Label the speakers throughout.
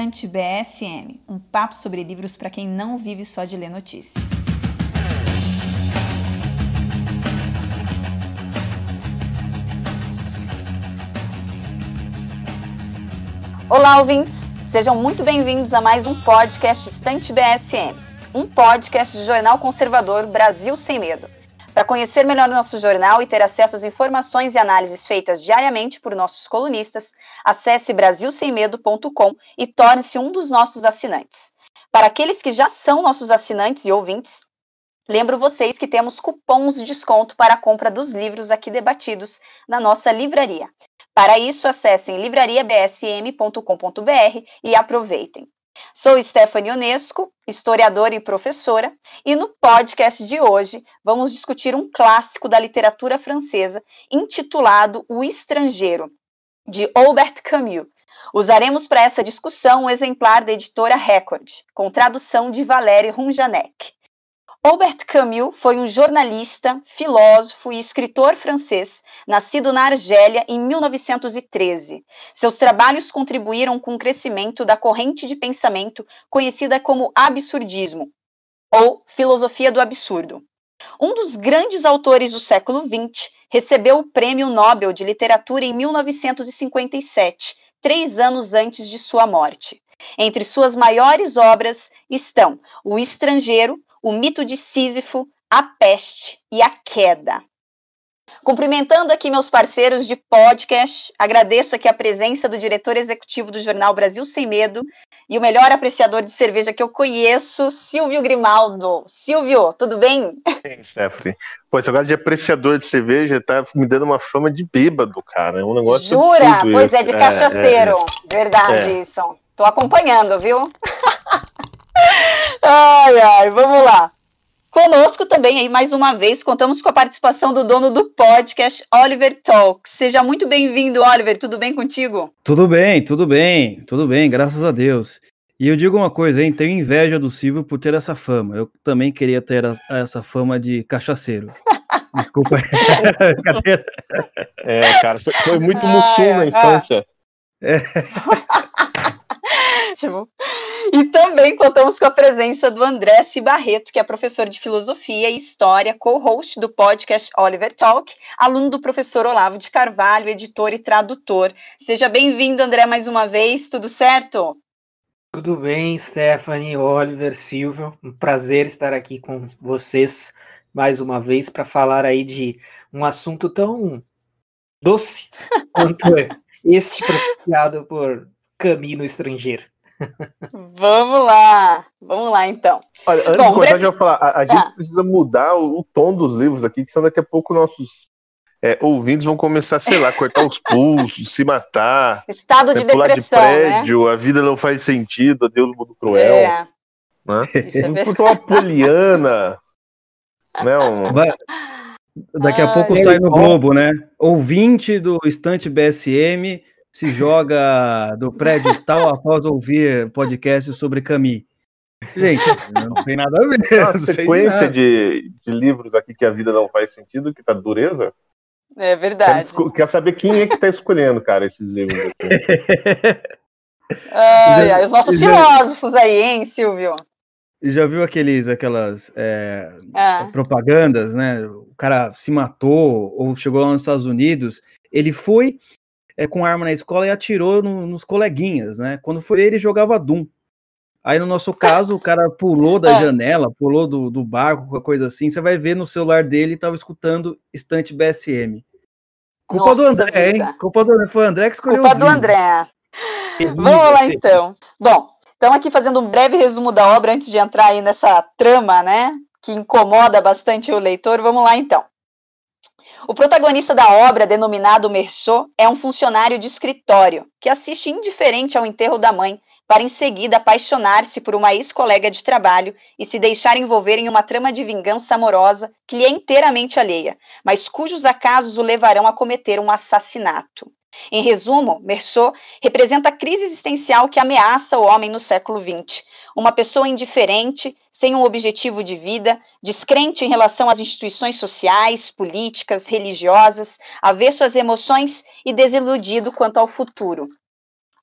Speaker 1: Estante BSM, um papo sobre livros para quem não vive só de ler notícia. Olá, ouvintes! Sejam muito bem-vindos a mais um podcast Estante BSM, um podcast do jornal conservador Brasil Sem Medo. Para conhecer melhor o nosso jornal e ter acesso às informações e análises feitas diariamente por nossos colunistas, acesse brasilsemmedo.com e torne-se um dos nossos assinantes. Para aqueles que já são nossos assinantes e ouvintes, lembro vocês que temos cupons de desconto para a compra dos livros aqui debatidos na nossa livraria. Para isso, acessem livrariabsm.com.br e aproveitem. Sou Stephanie Onesco, historiadora e professora, e no podcast de hoje vamos discutir um clássico da literatura francesa intitulado O Estrangeiro, de Albert Camus. Usaremos para essa discussão um exemplar da editora Record, com tradução de Valérie Runjanek. Albert Camus foi um jornalista, filósofo e escritor francês, nascido na Argélia em 1913. Seus trabalhos contribuíram com o crescimento da corrente de pensamento conhecida como absurdismo, ou filosofia do absurdo. Um dos grandes autores do século XX recebeu o Prêmio Nobel de Literatura em 1957, 3 anos antes de sua morte. Entre suas maiores obras estão O Estrangeiro, O Mito de Sísifo, A Peste e A Queda. Cumprimentando aqui meus parceiros de podcast, agradeço aqui a presença do diretor executivo do jornal Brasil Sem Medo e o melhor apreciador de cerveja que eu conheço, Silvio Grimaldo. Silvio, tudo bem?
Speaker 2: Sim, Stephanie. Pô, esse negócio de apreciador de cerveja tá me dando uma fama de bêbado, cara. É um negócio.
Speaker 1: Jura? Pois é, de cachaceiro. Verdade, isso. Tô acompanhando, viu? Ai, vamos lá. Conosco também, aí mais uma vez, contamos com a participação do dono do podcast, Oliver Talk. Seja muito bem-vindo, Oliver. Tudo bem contigo?
Speaker 3: Tudo bem, graças a Deus. E eu digo uma coisa, hein, tenho inveja do Silvio por ter essa fama. Eu também queria ter essa fama de cachaceiro. Desculpa.
Speaker 2: Cara, foi muito mussum na infância.
Speaker 1: E também contamos com a presença do André Cibarreto, que é professor de Filosofia e História, co-host do podcast Oliver Talk, aluno do professor Olavo de Carvalho, editor e tradutor. Seja bem-vindo, André, mais uma vez. Tudo certo?
Speaker 4: Tudo bem, Stephanie, Oliver, Silvio. Um prazer estar aqui com vocês mais uma vez para falar aí de um assunto tão doce quanto este propiciado por Camus no Estrangeiro.
Speaker 1: Vamos lá então.
Speaker 2: Olha, antes de começar, eu vou falar, a gente precisa mudar o tom dos livros aqui, que senão daqui a pouco nossos ouvintes vão começar, sei lá, cortar os pulsos, se matar,
Speaker 1: estado de
Speaker 2: pular
Speaker 1: depressão,
Speaker 2: de prédio,
Speaker 1: né?
Speaker 2: A vida não faz sentido, adeus mundo cruel. Né?
Speaker 1: Isso é
Speaker 2: porque uma poliana, né?
Speaker 3: Daqui a pouco sai no Globo, né? Ouvinte do Estante BSM se joga do prédio tal após ouvir podcast sobre Camus. Gente, não tem nada a ver.
Speaker 2: Uma sequência de livros aqui que a vida não faz sentido, que tá dureza.
Speaker 1: É verdade.
Speaker 2: Quer saber quem é que tá escolhendo, cara, esses livros aqui.
Speaker 1: Os nossos filósofos aí, hein, Silvio?
Speaker 3: Já viu aquelas propagandas, né? O cara se matou ou chegou lá nos Estados Unidos, ele foi com arma na escola e atirou nos coleguinhas, né? Quando foi ele jogava Doom. Aí no nosso caso, o cara pulou da janela, pulou do barco, qualquer coisa assim, você vai ver no celular dele, tava escutando Estante BSM. Culpa do André, hein? Foi o André que escolheu
Speaker 1: Culpa do André. Vamos lá então. Bom, estamos aqui fazendo um breve resumo da obra antes de entrar aí nessa trama, né? Que incomoda bastante o leitor. Vamos lá então. O protagonista da obra, denominado Merceau, é um funcionário de escritório que assiste indiferente ao enterro da mãe para em seguida apaixonar-se por uma ex-colega de trabalho e se deixar envolver em uma trama de vingança amorosa que lhe é inteiramente alheia, mas cujos acasos o levarão a cometer um assassinato. Em resumo, Merceau representa a crise existencial que ameaça o homem no século XX. Uma pessoa indiferente, sem um objetivo de vida, descrente em relação às instituições sociais, políticas, religiosas, avesso às emoções e desiludido quanto ao futuro.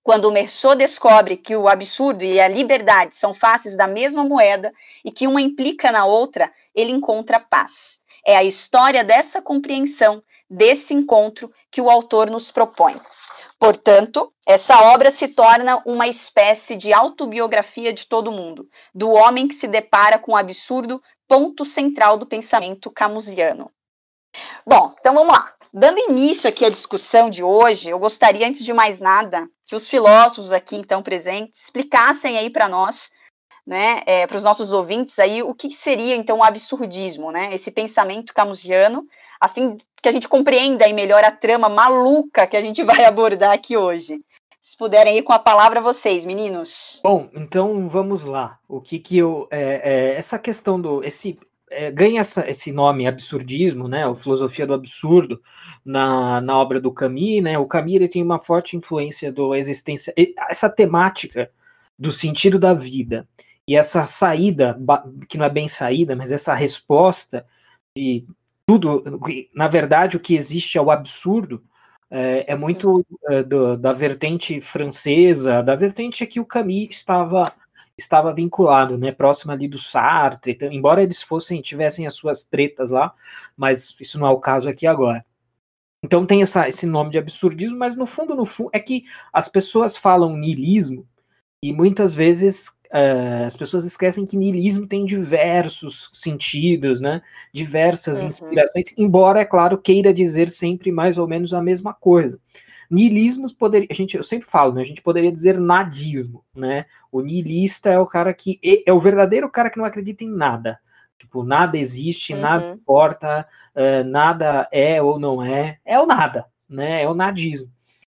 Speaker 1: Quando o Meursault descobre que o absurdo e a liberdade são faces da mesma moeda e que uma implica na outra, ele encontra paz. É a história dessa compreensão, desse encontro, que o autor nos propõe. Portanto, essa obra se torna uma espécie de autobiografia de todo mundo, do homem que se depara com o absurdo, ponto central do pensamento camusiano. Bom, então vamos lá. Dando início aqui à discussão de hoje, eu gostaria, antes de mais nada, que os filósofos aqui, então, presentes, explicassem aí para nós, né, para os nossos ouvintes aí, o que seria, então, o absurdismo, né, esse pensamento camusiano, a fim que a gente compreenda aí melhor a trama maluca que a gente vai abordar aqui hoje. Se puderem ir com a palavra vocês, meninos.
Speaker 4: Bom, então vamos lá. O que eu... essa questão do... ganha esse nome absurdismo, né, a filosofia do absurdo, na obra do Camus, né, o Camus ele tem uma forte influência do existência, essa temática do sentido da vida, e essa saída, que não é bem saída, mas essa resposta de tudo, na verdade o que existe é o absurdo, é muito da vertente francesa, da vertente a que o Camus estava vinculado, né, próximo ali do Sartre, embora eles tivessem as suas tretas lá, mas isso não é o caso aqui agora. Então tem esse nome de absurdismo, mas no fundo é que as pessoas falam niilismo e muitas vezes as pessoas esquecem que niilismo tem diversos sentidos, né, diversas inspirações, embora, é claro, queira dizer sempre mais ou menos a mesma coisa. Niilismos eu sempre falo, né, a gente poderia dizer nadismo, né? O niilista é o cara que é o verdadeiro cara que não acredita em nada. Tipo, nada existe, nada importa, nada é ou não é o nada, né? É o nadismo.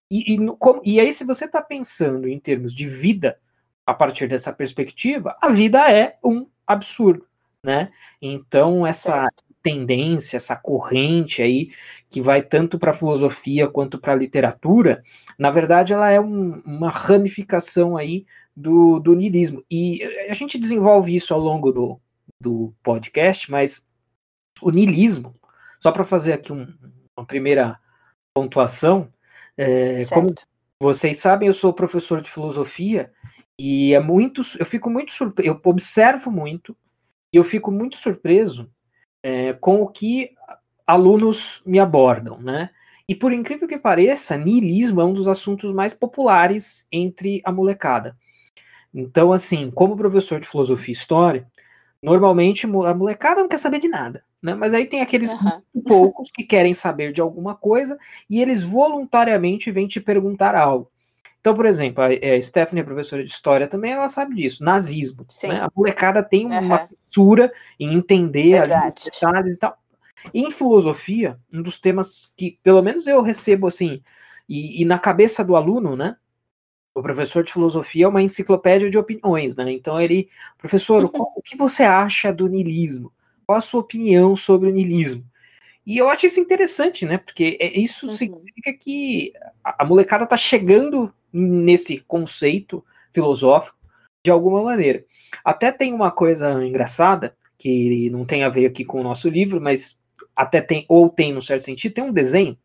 Speaker 4: E aí, se você está pensando em termos de vida, a partir dessa perspectiva, a vida é um absurdo, né? Então, essa tendência, essa corrente aí, que vai tanto para a filosofia quanto para a literatura, na verdade, ela é uma ramificação aí do niilismo. E a gente desenvolve isso ao longo do podcast, mas o niilismo, só para fazer aqui uma primeira pontuação, como vocês sabem, eu sou professor de filosofia e eu fico muito surpreso, eu observo muito e eu fico muito surpreso com o que alunos me abordam, né? E por incrível que pareça, niilismo é um dos assuntos mais populares entre a molecada. Então, assim, como professor de filosofia e história, normalmente a molecada não quer saber de nada, né? Mas aí tem aqueles poucos que querem saber de alguma coisa e eles voluntariamente vêm te perguntar algo. Então, por exemplo, a Stephanie é professora de história também, ela sabe disso, nazismo. Né? A molecada tem uma fissura em entender os detalhes e tal. E em filosofia, um dos temas que, pelo menos eu recebo assim, e na cabeça do aluno, né? O professor de filosofia é uma enciclopédia de opiniões, né? Então professor, o que você acha do niilismo? Qual a sua opinião sobre o niilismo? E eu acho isso interessante, né? Porque isso significa que a molecada está chegando nesse conceito filosófico de alguma maneira. Até tem uma coisa engraçada, que não tem a ver aqui com o nosso livro, mas até tem, ou tem no certo sentido, tem um desenho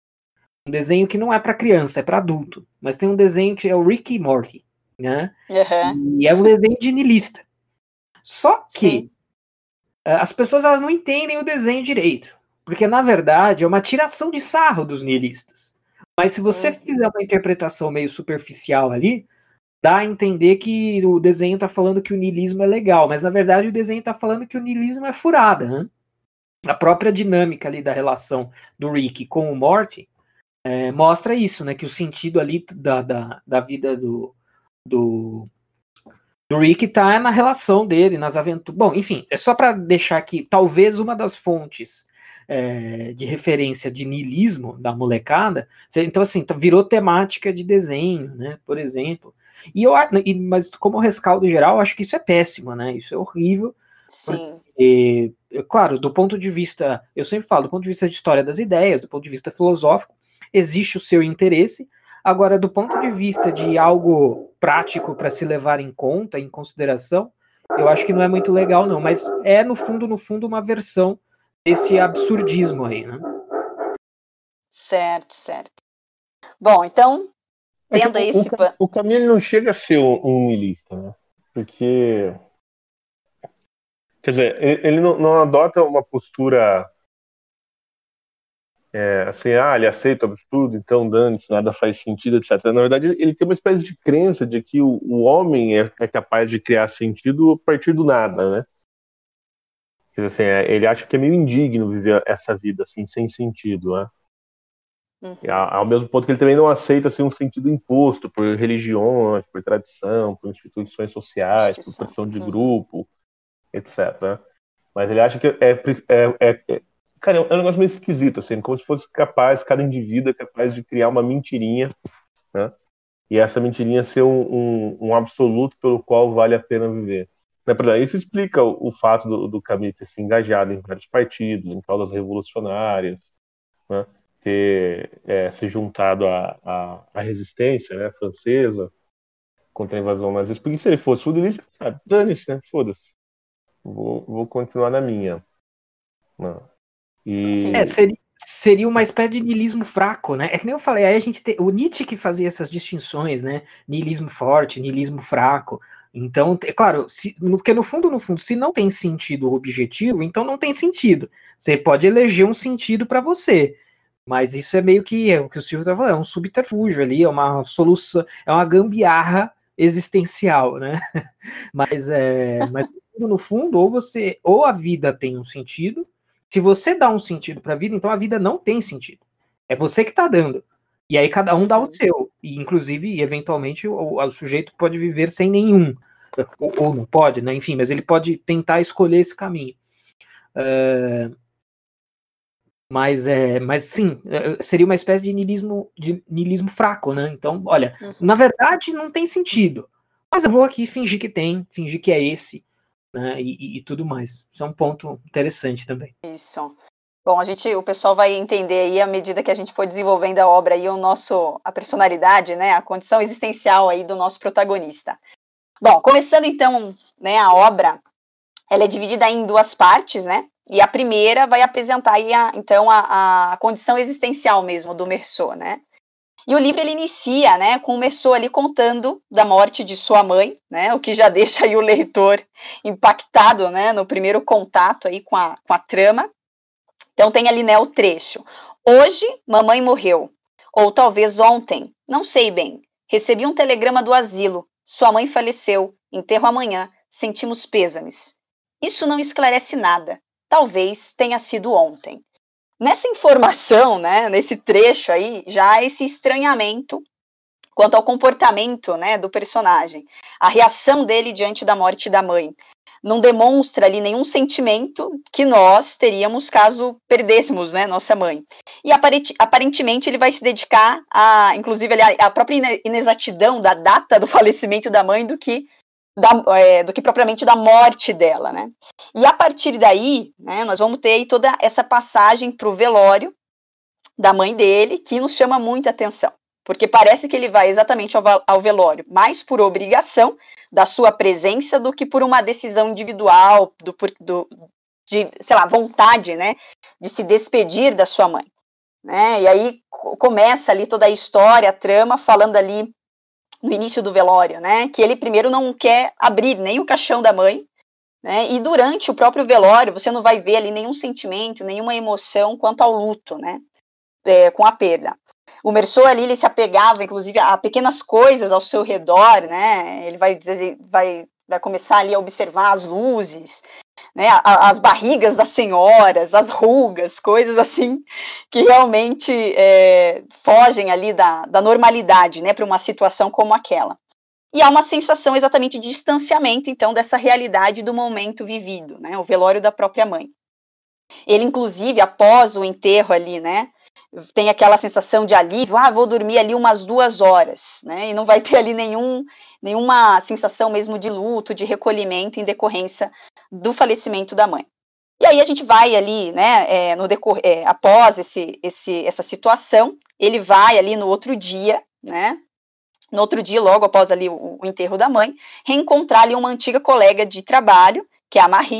Speaker 4: que não é para criança, é para adulto, mas tem um desenho que é o Rick e Morty, né? E é um desenho de niilista. Só que as pessoas elas não entendem o desenho direito, porque na verdade é uma tiração de sarro dos niilistas. Mas se você fizer uma interpretação meio superficial ali, dá a entender que o desenho está falando que o niilismo é legal, mas na verdade o desenho está falando que o niilismo é furada, né? A própria dinâmica ali da relação do Rick com o Morty mostra isso, né? Que o sentido ali da vida do Rick tá na relação dele, nas aventuras. Bom, enfim, é só para deixar aqui, talvez uma das fontes de referência de niilismo da molecada. Então, assim, virou temática de desenho, né? Por exemplo. Mas como rescaldo geral, eu acho que isso é péssimo, né? Isso é horrível.
Speaker 1: Sim.
Speaker 4: Claro, do ponto de vista, eu sempre falo, do ponto de vista de história das ideias, do ponto de vista filosófico, existe o seu interesse. Agora, do ponto de vista de algo prático para se levar em conta, em consideração, eu acho que não é muito legal, não. Mas no fundo, uma versão desse absurdismo aí, né?
Speaker 1: Certo. Bom, então... tendo aí esse pano.
Speaker 2: O Camus ele não chega a ser um niilista, né? Porque, quer dizer, ele não adota uma postura assim, ele aceita o absurdo, então dane-se, nada faz sentido, etc. Na verdade, ele tem uma espécie de crença de que o homem é capaz de criar sentido a partir do nada, né? Quer dizer, assim, ele acha que é meio indigno viver essa vida assim, sem sentido, né? Ao mesmo ponto que ele também não aceita assim, um sentido imposto por religiões, por tradição, por instituições sociais, por pressão de grupo, etc. Né? Mas ele acha que cara, é um negócio meio esquisito, assim, como se fosse cada indivíduo é capaz de criar uma mentirinha, né? E essa mentirinha ser um absoluto pelo qual vale a pena viver. Isso explica o fato do Camus ter se engajado em vários partidos, em causas revolucionárias, né? Ter se juntado à resistência, né, francesa contra a invasão nazista. Porque se ele fosse futurista, dane-se, né? Foda-se. Vou continuar na minha. Não.
Speaker 4: Seria uma espécie de niilismo fraco, né? É que nem eu falei, aí a gente tem o Nietzsche que fazia essas distinções, né? Niilismo forte, niilismo fraco. Então, é claro, porque no fundo, se não tem sentido objetivo, então não tem sentido. Você pode eleger um sentido para você, mas isso é meio que o que o Silvio está falando, é um subterfúgio ali, é uma solução, é uma gambiarra existencial, né? Mas no fundo, ou a vida tem um sentido. Se você dá um sentido para a vida, então a vida não tem sentido. É você que está dando. E aí cada um dá o seu. E, inclusive, eventualmente, o sujeito pode viver sem nenhum. Ou não pode, né? Enfim, mas ele pode tentar escolher esse caminho. Mas sim, seria uma espécie de niilismo fraco, né? Então, olha, na verdade não tem sentido. Mas eu vou aqui fingir que tem, fingir que é esse. Né, e tudo mais. Isso é um ponto interessante também.
Speaker 1: Isso. Bom, o pessoal vai entender aí à medida que a gente for desenvolvendo a obra aí a personalidade, né, a condição existencial aí do nosso protagonista. Bom, começando então, né, a obra, ela é dividida em duas partes, né, e a primeira vai apresentar aí a condição existencial mesmo do Meursault, né. E o livro ele inicia, né, com o Meursault ali contando da morte de sua mãe, né, o que já deixa aí o leitor impactado, né, no primeiro contato aí com a trama. Então tem ali, né, o trecho. Hoje, mamãe morreu. Ou talvez ontem, não sei bem. Recebi um telegrama do asilo. Sua mãe faleceu. Enterro amanhã. Sentimos pêsames. Isso não esclarece nada. Talvez tenha sido ontem. Nessa informação, né, nesse trecho aí, já há esse estranhamento quanto ao comportamento, né, do personagem. A reação dele diante da morte da mãe. Não demonstra ali nenhum sentimento que nós teríamos caso perdêssemos, né, nossa mãe. E aparentemente ele vai se dedicar inclusive, a própria inexatidão da data do falecimento da mãe do que propriamente da morte dela, né? E a partir daí, né, nós vamos ter aí toda essa passagem para o velório da mãe dele, que nos chama muita atenção, porque parece que ele vai exatamente ao velório mais por obrigação da sua presença do que por uma decisão individual, de, sei lá, vontade, né, de se despedir da sua mãe, né? E aí começa ali toda a história, a trama, falando ali no início do velório, né, que ele primeiro não quer abrir nem o caixão da mãe, né, e durante o próprio velório você não vai ver ali nenhum sentimento, nenhuma emoção quanto ao luto, né, com a perda. O Meursault ali, ele se apegava, inclusive, a pequenas coisas ao seu redor, né, ele vai começar ali a observar as luzes, né, as barrigas das senhoras, as rugas, coisas assim que realmente fogem ali da normalidade, né, para uma situação como aquela. E há uma sensação exatamente de distanciamento, então, dessa realidade do momento vivido, né, o velório da própria mãe. Ele, inclusive, após o enterro ali, né, tem aquela sensação de alívio, vou dormir ali umas 2 horas, né, e não vai ter ali nenhuma sensação mesmo de luto, de recolhimento em decorrência do falecimento da mãe. E aí a gente vai ali, né, após essa situação, ele vai ali no outro dia, né, logo após ali o enterro da mãe, reencontrar ali uma antiga colega de trabalho, que é a Marie,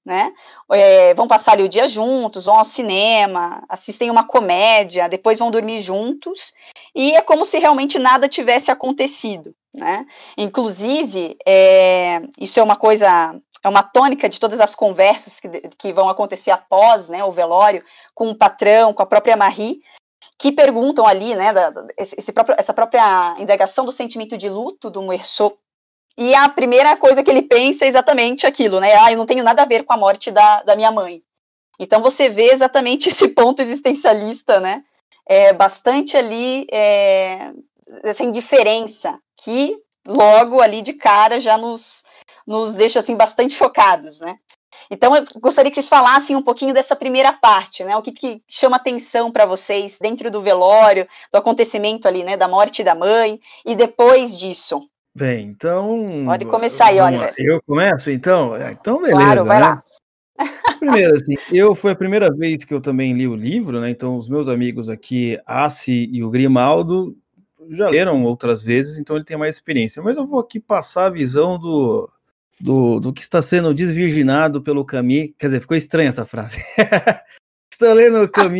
Speaker 1: né? Vão passar ali o dia juntos, vão ao cinema, assistem uma comédia, depois vão dormir juntos, e é como se realmente nada tivesse acontecido, né? Inclusive, isso é uma coisa, é uma tônica de todas as conversas que vão acontecer após, né, o velório, com o patrão, com a própria Marie, que perguntam ali, né, essa própria indagação do sentimento de luto do Meursault. E a primeira coisa que ele pensa é exatamente aquilo, né? Eu não tenho nada a ver com a morte da minha mãe. Então você vê exatamente esse ponto existencialista, né? Bastante ali, essa indiferença, que logo ali de cara já nos deixa assim, bastante chocados, né? Então eu gostaria que vocês falassem um pouquinho dessa primeira parte, né? O que chama atenção para vocês dentro do velório, do acontecimento ali, né? Da morte da mãe, e depois disso.
Speaker 3: Bem, então...
Speaker 1: Pode começar aí, Oliver.
Speaker 3: Eu começo, então? Então, beleza.
Speaker 1: Claro, vai lá.
Speaker 3: Primeiro, assim, foi a primeira vez que eu também li o livro, né? Então, os meus amigos aqui, Assi e o Grimaldo, já leram outras vezes, então ele tem mais experiência. Mas eu vou aqui passar a visão do que está sendo desvirginado pelo Camus. Quer dizer, ficou estranha essa frase. Está lendo o Camus.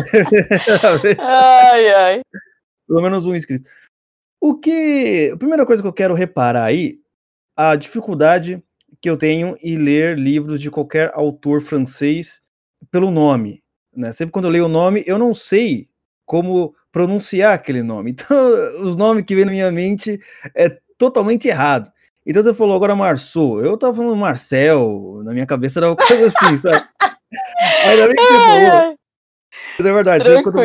Speaker 1: Ai.
Speaker 3: Pelo menos um inscrito. A primeira coisa que eu quero reparar aí, a dificuldade que eu tenho em ler livros de qualquer autor francês pelo nome, né? Sempre quando eu leio o nome, eu não sei como pronunciar aquele nome. Então, os nomes que vêm na minha mente é totalmente errado. Então, você falou agora Marceau, eu tava falando Marcel, na minha cabeça era uma coisa assim, sabe? Ainda bem que você falou. Mas é verdade,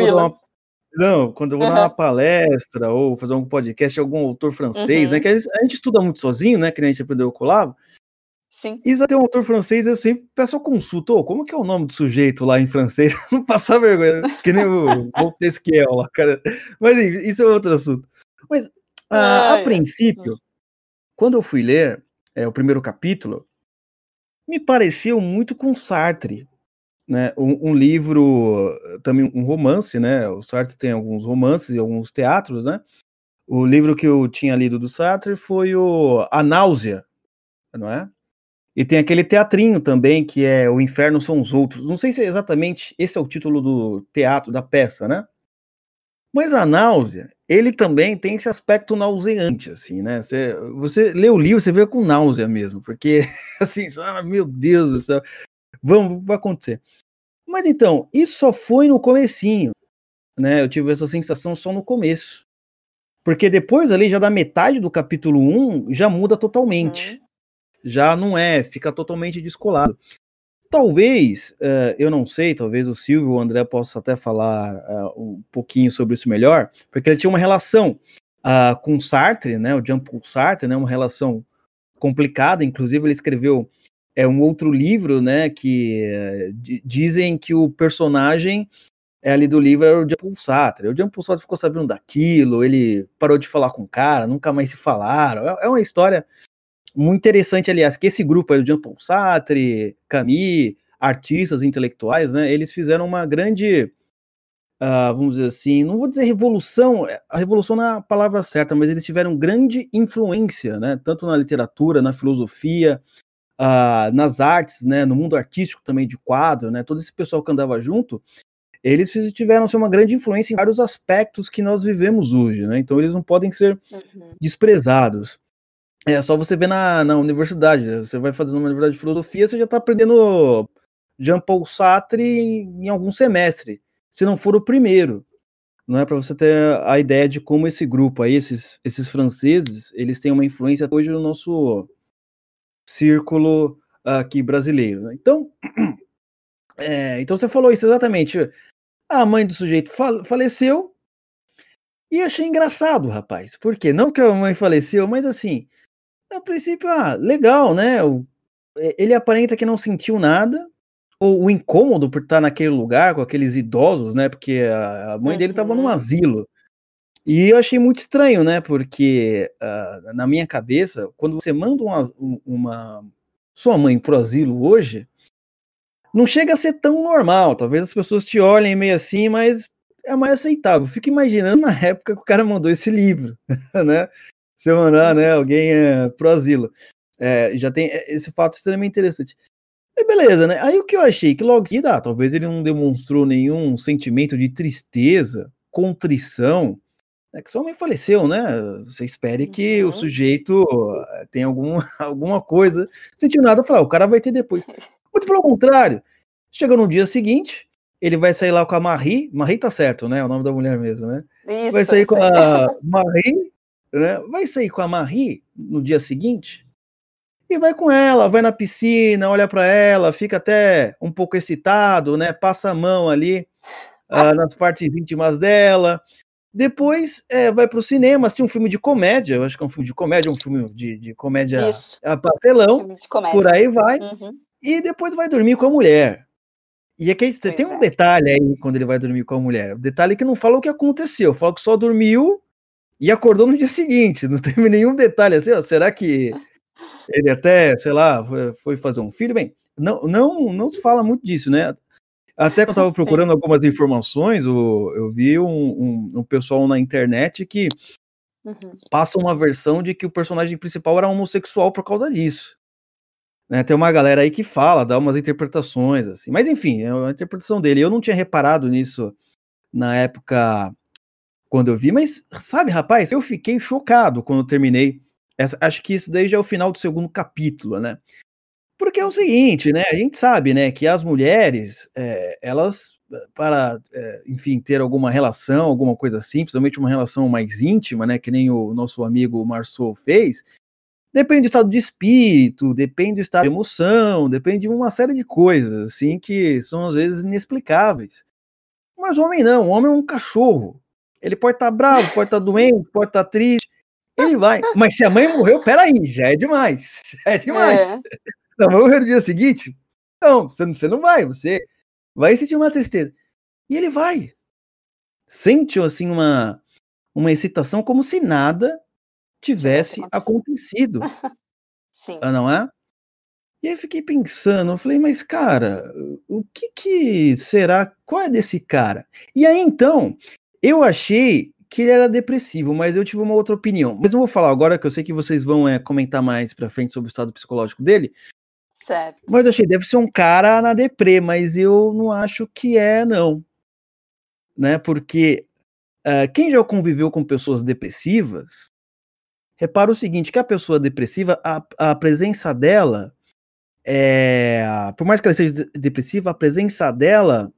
Speaker 3: quando eu vou dar uma palestra ou fazer um podcast de algum autor francês, né? Que a gente estuda muito sozinho, né? Que nem a gente aprendeu com o Olavo.
Speaker 1: Sim.
Speaker 3: E se tem um autor francês, eu sempre peço a consulta. Como que é o nome do sujeito lá em francês? Não passar vergonha, que nem o Montesquieu lá, cara. Mas enfim, isso é outro assunto. Mas, a princípio, quando eu fui ler o primeiro capítulo, me pareceu muito com Sartre, né? Um livro, também um romance, né? O Sartre tem alguns romances e alguns teatros, né? O livro que eu tinha lido do Sartre foi A Náusea, não é? E tem aquele teatrinho também, que é O Inferno São os Outros. Não sei se exatamente esse é o título do teatro, da peça, né? Mas A Náusea, ele também tem esse aspecto nauseante, assim, né? Você lê o livro, você vê com náusea mesmo, porque, assim, meu Deus do céu, vai acontecer. Mas então, isso só foi no comecinho, né? Eu tive essa sensação só no começo. Porque depois ali, já da metade do capítulo 1, já muda totalmente. Já não fica totalmente descolado. Talvez, eu não sei, talvez o Silvio ou o André possa até falar um pouquinho sobre isso melhor, porque ele tinha uma relação com Sartre, né? O Jean-Paul Sartre, né? Uma relação complicada, inclusive ele escreveu um outro livro, né, que dizem que o personagem ali do livro era o Jean-Paul Sartre. O Jean-Paul Sartre ficou sabendo daquilo, ele parou de falar com o cara, nunca mais se falaram. É uma história muito interessante, aliás, que esse grupo aí, o Jean-Paul Sartre, Camus, artistas intelectuais, né, eles fizeram uma grande, vamos dizer assim, não vou dizer revolução, a revolução não é a palavra certa, mas eles tiveram grande influência, né, tanto na literatura, na filosofia, nas artes, né, no mundo artístico também de quadro, né, todo esse pessoal que andava junto, eles tiveram assim, uma grande influência em vários aspectos que nós vivemos hoje, né, então eles não podem ser desprezados. É só você ver na universidade, você vai fazendo uma universidade de filosofia, você já está aprendendo Jean-Paul Sartre em algum semestre, se não for o primeiro, não é, para você ter a ideia de como esse grupo aí, esses franceses, eles têm uma influência hoje no nosso círculo aqui brasileiro, né? Então, então você falou isso exatamente. A mãe do sujeito faleceu e achei engraçado, rapaz. Por quê? Não que a mãe faleceu, mas assim, a princípio, legal, né? Ele aparenta que não sentiu nada, ou o incômodo por estar naquele lugar com aqueles idosos, né? Porque a mãe dele estava num asilo. E eu achei muito estranho, né? Porque na minha cabeça, quando você manda sua mãe pro asilo hoje, não chega a ser tão normal. Talvez as pessoas te olhem meio assim, mas é mais aceitável. Fico imaginando na época que o cara mandou esse livro, né? Você mandar, né, alguém pro asilo. Já tem esse fato extremamente interessante. Aí beleza, né? Aí o que eu achei que logo em talvez ele não demonstrou nenhum sentimento de tristeza, contrição, né? Que sua mãe faleceu, né? Você espere que o sujeito tenha alguma coisa. Sentiu nada, falar, o cara vai ter depois. Muito pelo contrário. Chega no dia seguinte, ele vai sair lá com a Marie tá certo, né? É o nome da mulher mesmo, né?
Speaker 1: Isso,
Speaker 3: vai sair com a Marie, né? Vai sair com a Marie no dia seguinte e vai com ela, vai na piscina, olha para ela, fica até um pouco excitado, né? Passa a mão ali nas partes íntimas dela. Depois vai pro cinema, assistir um filme de comédia, eu acho que é um filme de comédia, um filme de comédia papelão, por aí vai, e depois vai dormir com a mulher. E aqui tem um detalhe aí, quando ele vai dormir com a mulher, o detalhe é que não fala o que aconteceu, fala que só dormiu e acordou no dia seguinte, não teve nenhum detalhe assim, ó, será que ele até, sei lá, foi fazer um filho? Bem, não se fala muito disso, né? Até que eu estava procurando algumas informações, eu vi um pessoal na internet que passa uma versão de que o personagem principal era homossexual por causa disso. Né, tem uma galera aí que fala, dá umas interpretações, assim. Mas enfim, é a interpretação dele. Eu não tinha reparado nisso na época quando eu vi, mas sabe, rapaz, eu fiquei chocado quando eu terminei. Acho que isso daí já é o final do segundo capítulo, né? Porque é o seguinte, né? A gente sabe, né, que as mulheres, elas, para, enfim, ter alguma relação, alguma coisa assim, principalmente uma relação mais íntima, né, que nem o nosso amigo Marceau fez, depende do estado de espírito, depende do estado de emoção, depende de uma série de coisas, assim, que são às vezes inexplicáveis. Mas o homem não, o homem é um cachorro. Ele pode estar bravo, pode estar doente, pode estar triste, ele vai. Mas se a mãe morreu, peraí, já é demais, já é demais. A mãe morreu no dia seguinte? Não, você não vai, você vai sentir uma tristeza. E ele vai. Sente, assim, uma excitação como se nada tivesse acontecido.
Speaker 1: Sim.
Speaker 3: Não é? E aí eu fiquei pensando, eu falei, mas cara, o que será, qual é desse cara? E aí então, eu achei que ele era depressivo, mas eu tive uma outra opinião. Mas eu vou falar agora, que eu sei que vocês vão comentar mais pra frente sobre o estado psicológico dele.
Speaker 1: Certo.
Speaker 3: Mas eu achei, deve ser um cara na deprê, mas eu não acho que não. Né? Porque quem já conviveu com pessoas depressivas, repara o seguinte, que a pessoa depressiva, a presença dela, por mais que ela seja depressiva, a presença dela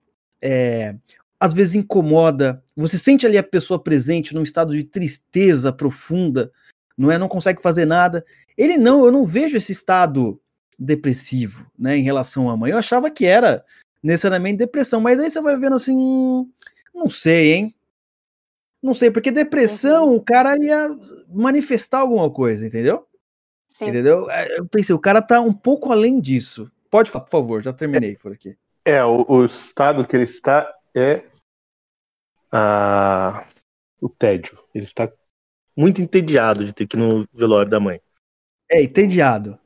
Speaker 3: às vezes incomoda. Você sente ali a pessoa presente num estado de tristeza profunda, não consegue fazer nada. Eu não vejo esse estado depressivo, né, em relação à mãe. Eu achava que era necessariamente depressão, mas aí você vai vendo assim, não sei, hein? Não sei, porque depressão, o cara ia manifestar alguma coisa, entendeu? Sim. Entendeu? Eu pensei, o cara tá um pouco além disso. Pode falar, por favor, já terminei por aqui.
Speaker 2: O estado que ele está é o tédio. Ele está muito entediado de ter que ir no velório da mãe.
Speaker 3: Entediado.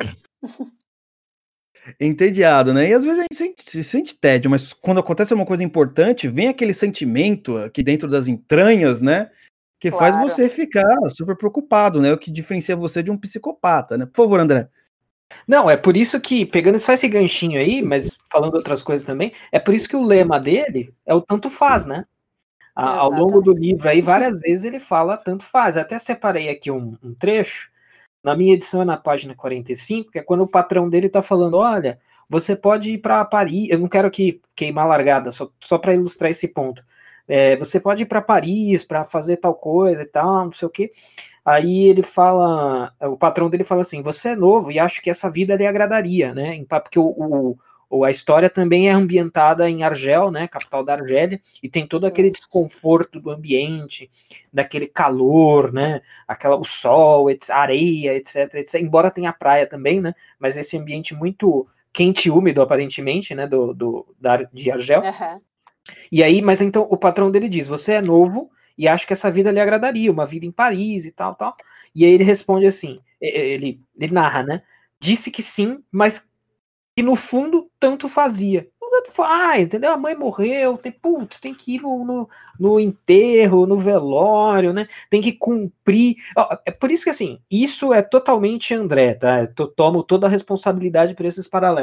Speaker 3: Entediado, né? E às vezes a gente sente tédio, mas quando acontece uma coisa importante, vem aquele sentimento aqui dentro das entranhas, né? Que faz você ficar super preocupado, né? O que diferencia você de um psicopata, né? Por favor, André.
Speaker 4: Não, é por isso que, pegando só esse ganchinho aí, mas falando outras coisas também, é por isso que o lema dele é o tanto faz, né? Ao longo do livro aí, várias vezes ele fala tanto faz. Até separei aqui um trecho, na minha edição é na página 45, que é quando o patrão dele tá falando, olha, você pode ir para Paris, eu não quero queimar a largada, só para ilustrar esse ponto. Você pode ir para Paris para fazer tal coisa e tal, não sei o quê. Aí ele fala, o patrão dele fala assim, você é novo e acho que essa vida lhe agradaria, né? Porque a história também é ambientada em Argel, né, capital da Argélia, e tem todo aquele desconforto do ambiente, daquele calor, né, o sol, a areia, etc, etc, embora tenha a praia também, né, mas esse ambiente muito quente e úmido, aparentemente, né, de Argel. E aí, mas então o patrão dele diz, você é novo e acho que essa vida lhe agradaria, uma vida em Paris e tal. E aí ele responde assim, ele narra, né, disse que sim, mas que no fundo tanto fazia. Tanto faz, entendeu? A mãe morreu, tem que ir no enterro, no velório, né? Tem que cumprir. É por isso que, assim, isso é totalmente André, tá? Eu tomo toda a responsabilidade por esses paralelos.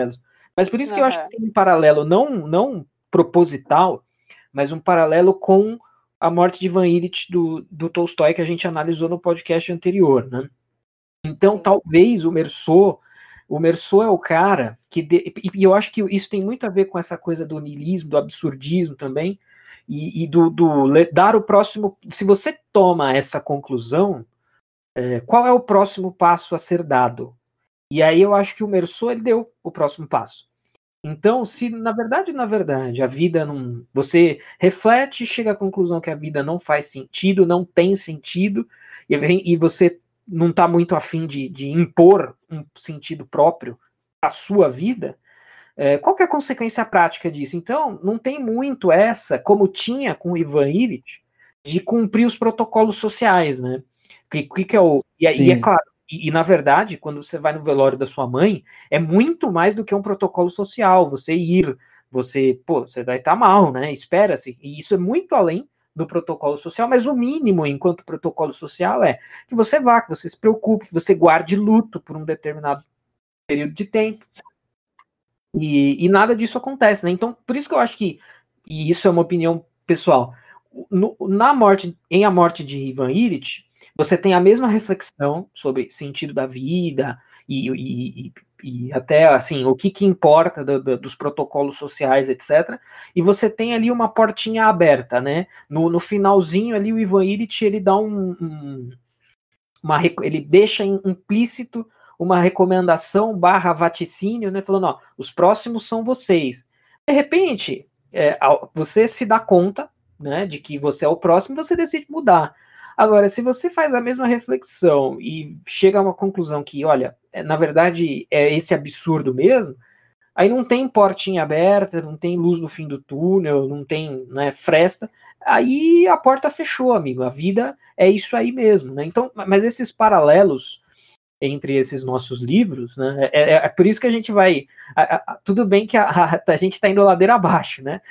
Speaker 4: Mas por isso que eu acho que tem um paralelo não proposital, mas um paralelo com a morte de Ivan Ilitch do Tolstói, que a gente analisou no podcast anterior, né? Então, talvez o Meursault é o cara que... E eu acho que isso tem muito a ver com essa coisa do niilismo, do absurdismo também, e do dar o próximo... Se você toma essa conclusão, qual é o próximo passo a ser dado? E aí eu acho que o Meursault, ele deu o próximo passo. Então, se na verdade, a vida não... Você reflete e chega à conclusão que a vida não faz sentido, não tem sentido, e você não está muito afim de impor um sentido próprio à sua vida, qual que é a consequência prática disso? Então, não tem muito essa, como tinha com o Ivan Ilitch, de cumprir os protocolos sociais, né? Que é o... E é claro, e, na verdade, quando você vai no velório da sua mãe, é muito mais do que um protocolo social. Você vai estar mal, né? Espera-se. E isso é muito além do protocolo social, mas o mínimo, enquanto protocolo social, é que você vá, que você se preocupe, que você guarde luto por um determinado período de tempo. E nada disso acontece, né? Então, por isso que eu acho que, e isso é uma opinião pessoal, em A Morte de Ivan Ilitch, você tem a mesma reflexão sobre sentido da vida e até, assim, o que importa dos protocolos sociais, etc. E você tem ali uma portinha aberta, né? No finalzinho ali, o Ivan Ilitch, ele dá ele deixa implícito uma recomendação / vaticínio, né? Falando, ó, os próximos são vocês. De repente, você se dá conta, né, de que você é o próximo, você decide mudar. Agora, se você faz a mesma reflexão e chega a uma conclusão que, olha, na verdade é esse absurdo mesmo, aí não tem portinha aberta, não tem luz no fim do túnel, não tem, né, fresta, aí a porta fechou, amigo, a vida é isso aí mesmo, né? Então, mas esses paralelos entre esses nossos livros, né, é por isso que a gente vai... tudo bem que a gente está indo ladeira abaixo, né?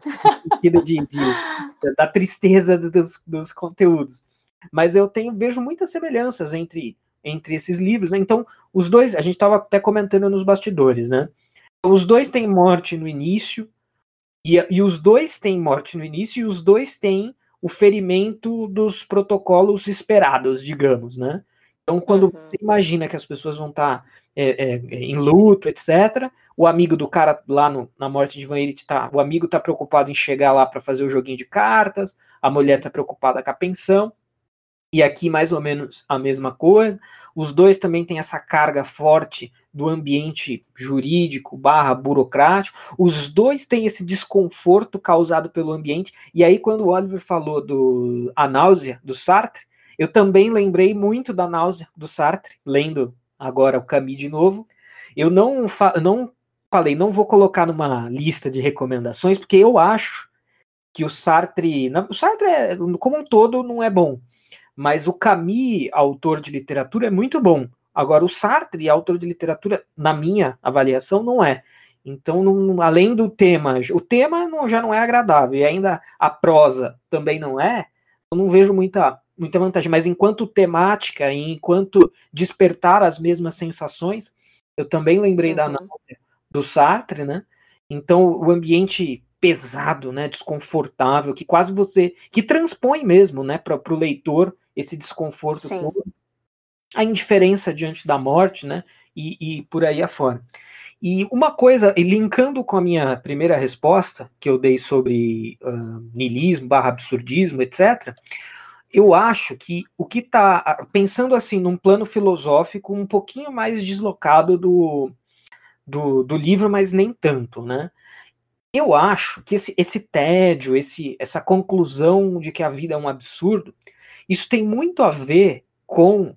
Speaker 4: Da tristeza dos conteúdos. Mas eu vejo muitas semelhanças entre esses livros, né? Então, os dois, a gente estava até comentando nos bastidores, né? Os dois têm morte no início, e os dois têm morte no início, e os dois têm o ferimento dos protocolos esperados, digamos, né? Então, quando você imagina que as pessoas vão estar em luto, etc., o amigo do cara lá na morte de Ivan Ilitch, o amigo está preocupado em chegar lá para fazer o joguinho de cartas, a mulher está preocupada com a pensão, e aqui mais ou menos a mesma coisa. Os dois também têm essa carga forte do ambiente jurídico / burocrático. Os dois têm esse desconforto causado pelo ambiente. E aí, quando o Oliver falou A Náusea, do Sartre, eu também lembrei muito da Náusea, do Sartre, lendo agora o Camus de novo. Eu não falei, não vou colocar numa lista de recomendações, porque eu acho que o Sartre, como um todo, não é bom. Mas o Camus, autor de literatura, é muito bom. Agora, o Sartre, autor de literatura, na minha avaliação, não é. Então, além do tema, o tema já não é agradável, e ainda a prosa também não é, eu não vejo muita vantagem. Mas enquanto temática e enquanto despertar as mesmas sensações, eu também lembrei da Náusea, do Sartre, né? Então, o ambiente pesado, né, desconfortável, que quase que transpõe mesmo, né, para o leitor esse desconforto todo, a indiferença diante da morte, né, e por aí afora. E uma coisa, e linkando com a minha primeira resposta, que eu dei sobre niilismo / absurdismo, etc., eu acho que o que está, pensando assim, num plano filosófico um pouquinho mais deslocado do livro, mas nem tanto, né? Eu acho que esse tédio, essa conclusão de que a vida é um absurdo, isso tem muito a ver com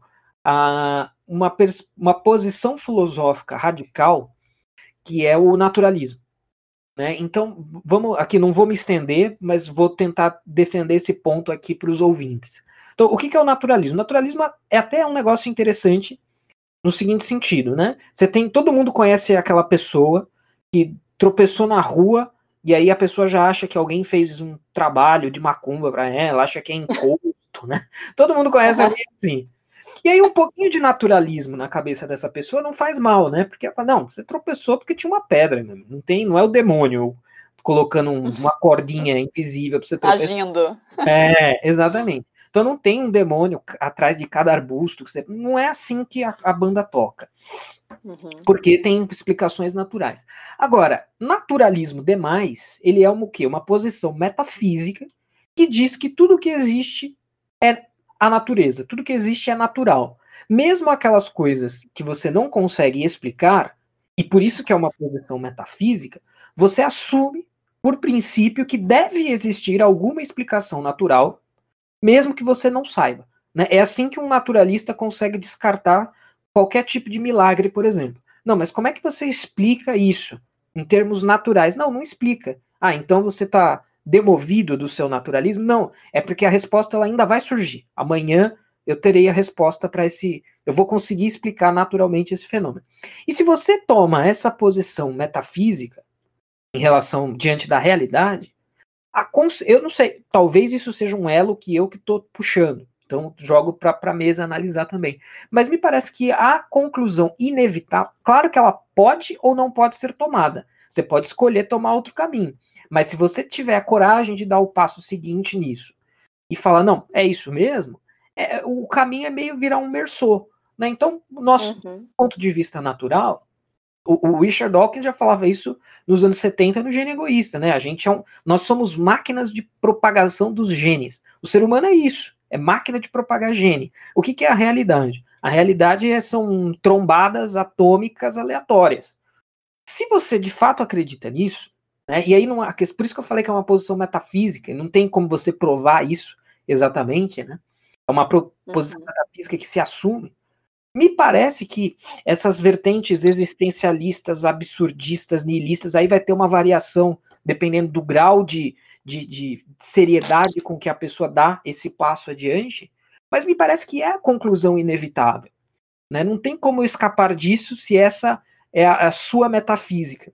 Speaker 4: uma posição filosófica radical, que é o naturalismo, né? Então, aqui não vou me estender, mas vou tentar defender esse ponto aqui para os ouvintes. Então, o que é o naturalismo? O naturalismo é até um negócio interessante no seguinte sentido, né? Todo mundo conhece aquela pessoa que tropeçou na rua, e aí a pessoa já acha que alguém fez um trabalho de macumba para ela, acha que é encosto, né? Todo mundo conhece alguém assim. E aí um pouquinho de naturalismo na cabeça dessa pessoa não faz mal, né? Porque ela fala, não, você tropeçou porque tinha uma pedra, não é o demônio colocando uma cordinha invisível para você tropeçar.
Speaker 1: Agindo.
Speaker 4: Exatamente. Então não tem um demônio atrás de cada arbusto. Não é assim que a banda toca. Porque tem explicações naturais. Agora, naturalismo demais, ele é o quê? Uma posição metafísica que diz que tudo que existe é a natureza, tudo que existe é natural. Mesmo aquelas coisas que você não consegue explicar, e por isso que é uma posição metafísica, você assume, por princípio, que deve existir alguma explicação natural, mesmo que você não saiba. Né? É assim que um naturalista consegue descartar qualquer tipo de milagre, por exemplo. Não, mas como é que você explica isso em termos naturais? Não explica. Então você está demovido do seu naturalismo? Não, é porque a resposta ela ainda vai surgir. Amanhã eu terei a resposta para esse... Eu vou conseguir explicar naturalmente esse fenômeno. E se você toma essa posição metafísica em relação diante da realidade, eu não sei, talvez isso seja um elo que estou puxando. Então, jogo para a mesa analisar também. Mas me parece que a conclusão inevitável, claro que ela pode ou não pode ser tomada. Você pode escolher tomar outro caminho. Mas se você tiver a coragem de dar o passo seguinte nisso e falar, não, é isso mesmo, o caminho é meio virar um Meursault. Né? Então, nosso ponto de vista natural, o Richard Dawkins já falava isso nos anos 70 no Gênio Egoísta, né? Nós somos máquinas de propagação dos genes. O ser humano é isso, é máquina de propagar gene. O que é a realidade? A realidade são trombadas atômicas aleatórias. Se você de fato acredita nisso, né? E aí por isso que eu falei que é uma posição metafísica, não tem como você provar isso exatamente, né? É uma posição metafísica que se assume. Me parece que essas vertentes existencialistas, absurdistas, nihilistas, aí vai ter uma variação, dependendo do grau de seriedade com que a pessoa dá esse passo adiante, mas me parece que é a conclusão inevitável. Né? Não tem como escapar disso se essa é a sua metafísica.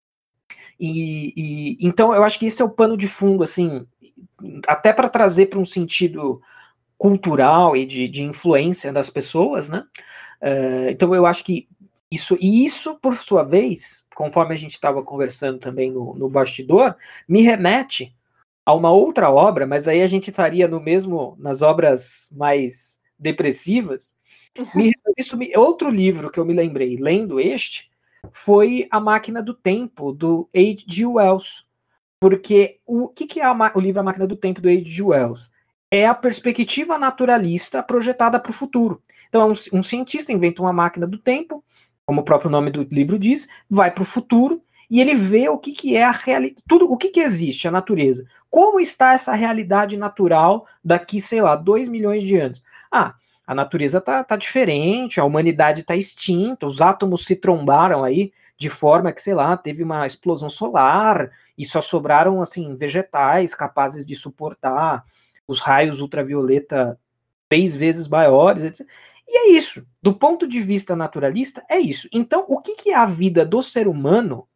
Speaker 4: Então, eu acho que esse é o pano de fundo, assim, até para trazer para um sentido cultural e de influência das pessoas, né? Então eu acho que isso, por sua vez, conforme a gente estava conversando também no bastidor, me remete a uma outra obra, mas aí a gente estaria nas obras mais depressivas. Outro livro que eu me lembrei, lendo foi A Máquina do Tempo, do H.G. Wells. Porque o que é o livro A Máquina do Tempo, do H.G. Wells? É a perspectiva naturalista projetada para o futuro. Então, um cientista inventa uma máquina do tempo, como o próprio nome do livro diz, vai para o futuro e ele vê o que é a realidade, tudo o que existe, a natureza. Como está essa realidade natural daqui, sei lá, 2 milhões de anos? A natureza tá diferente, a humanidade está extinta, os átomos se trombaram aí de forma que, sei lá, teve uma explosão solar e só sobraram, assim, vegetais capazes de suportar os raios ultravioleta 3 vezes maiores, etc. E é isso. Do ponto de vista naturalista, é isso. Então, o que é a vida do ser humano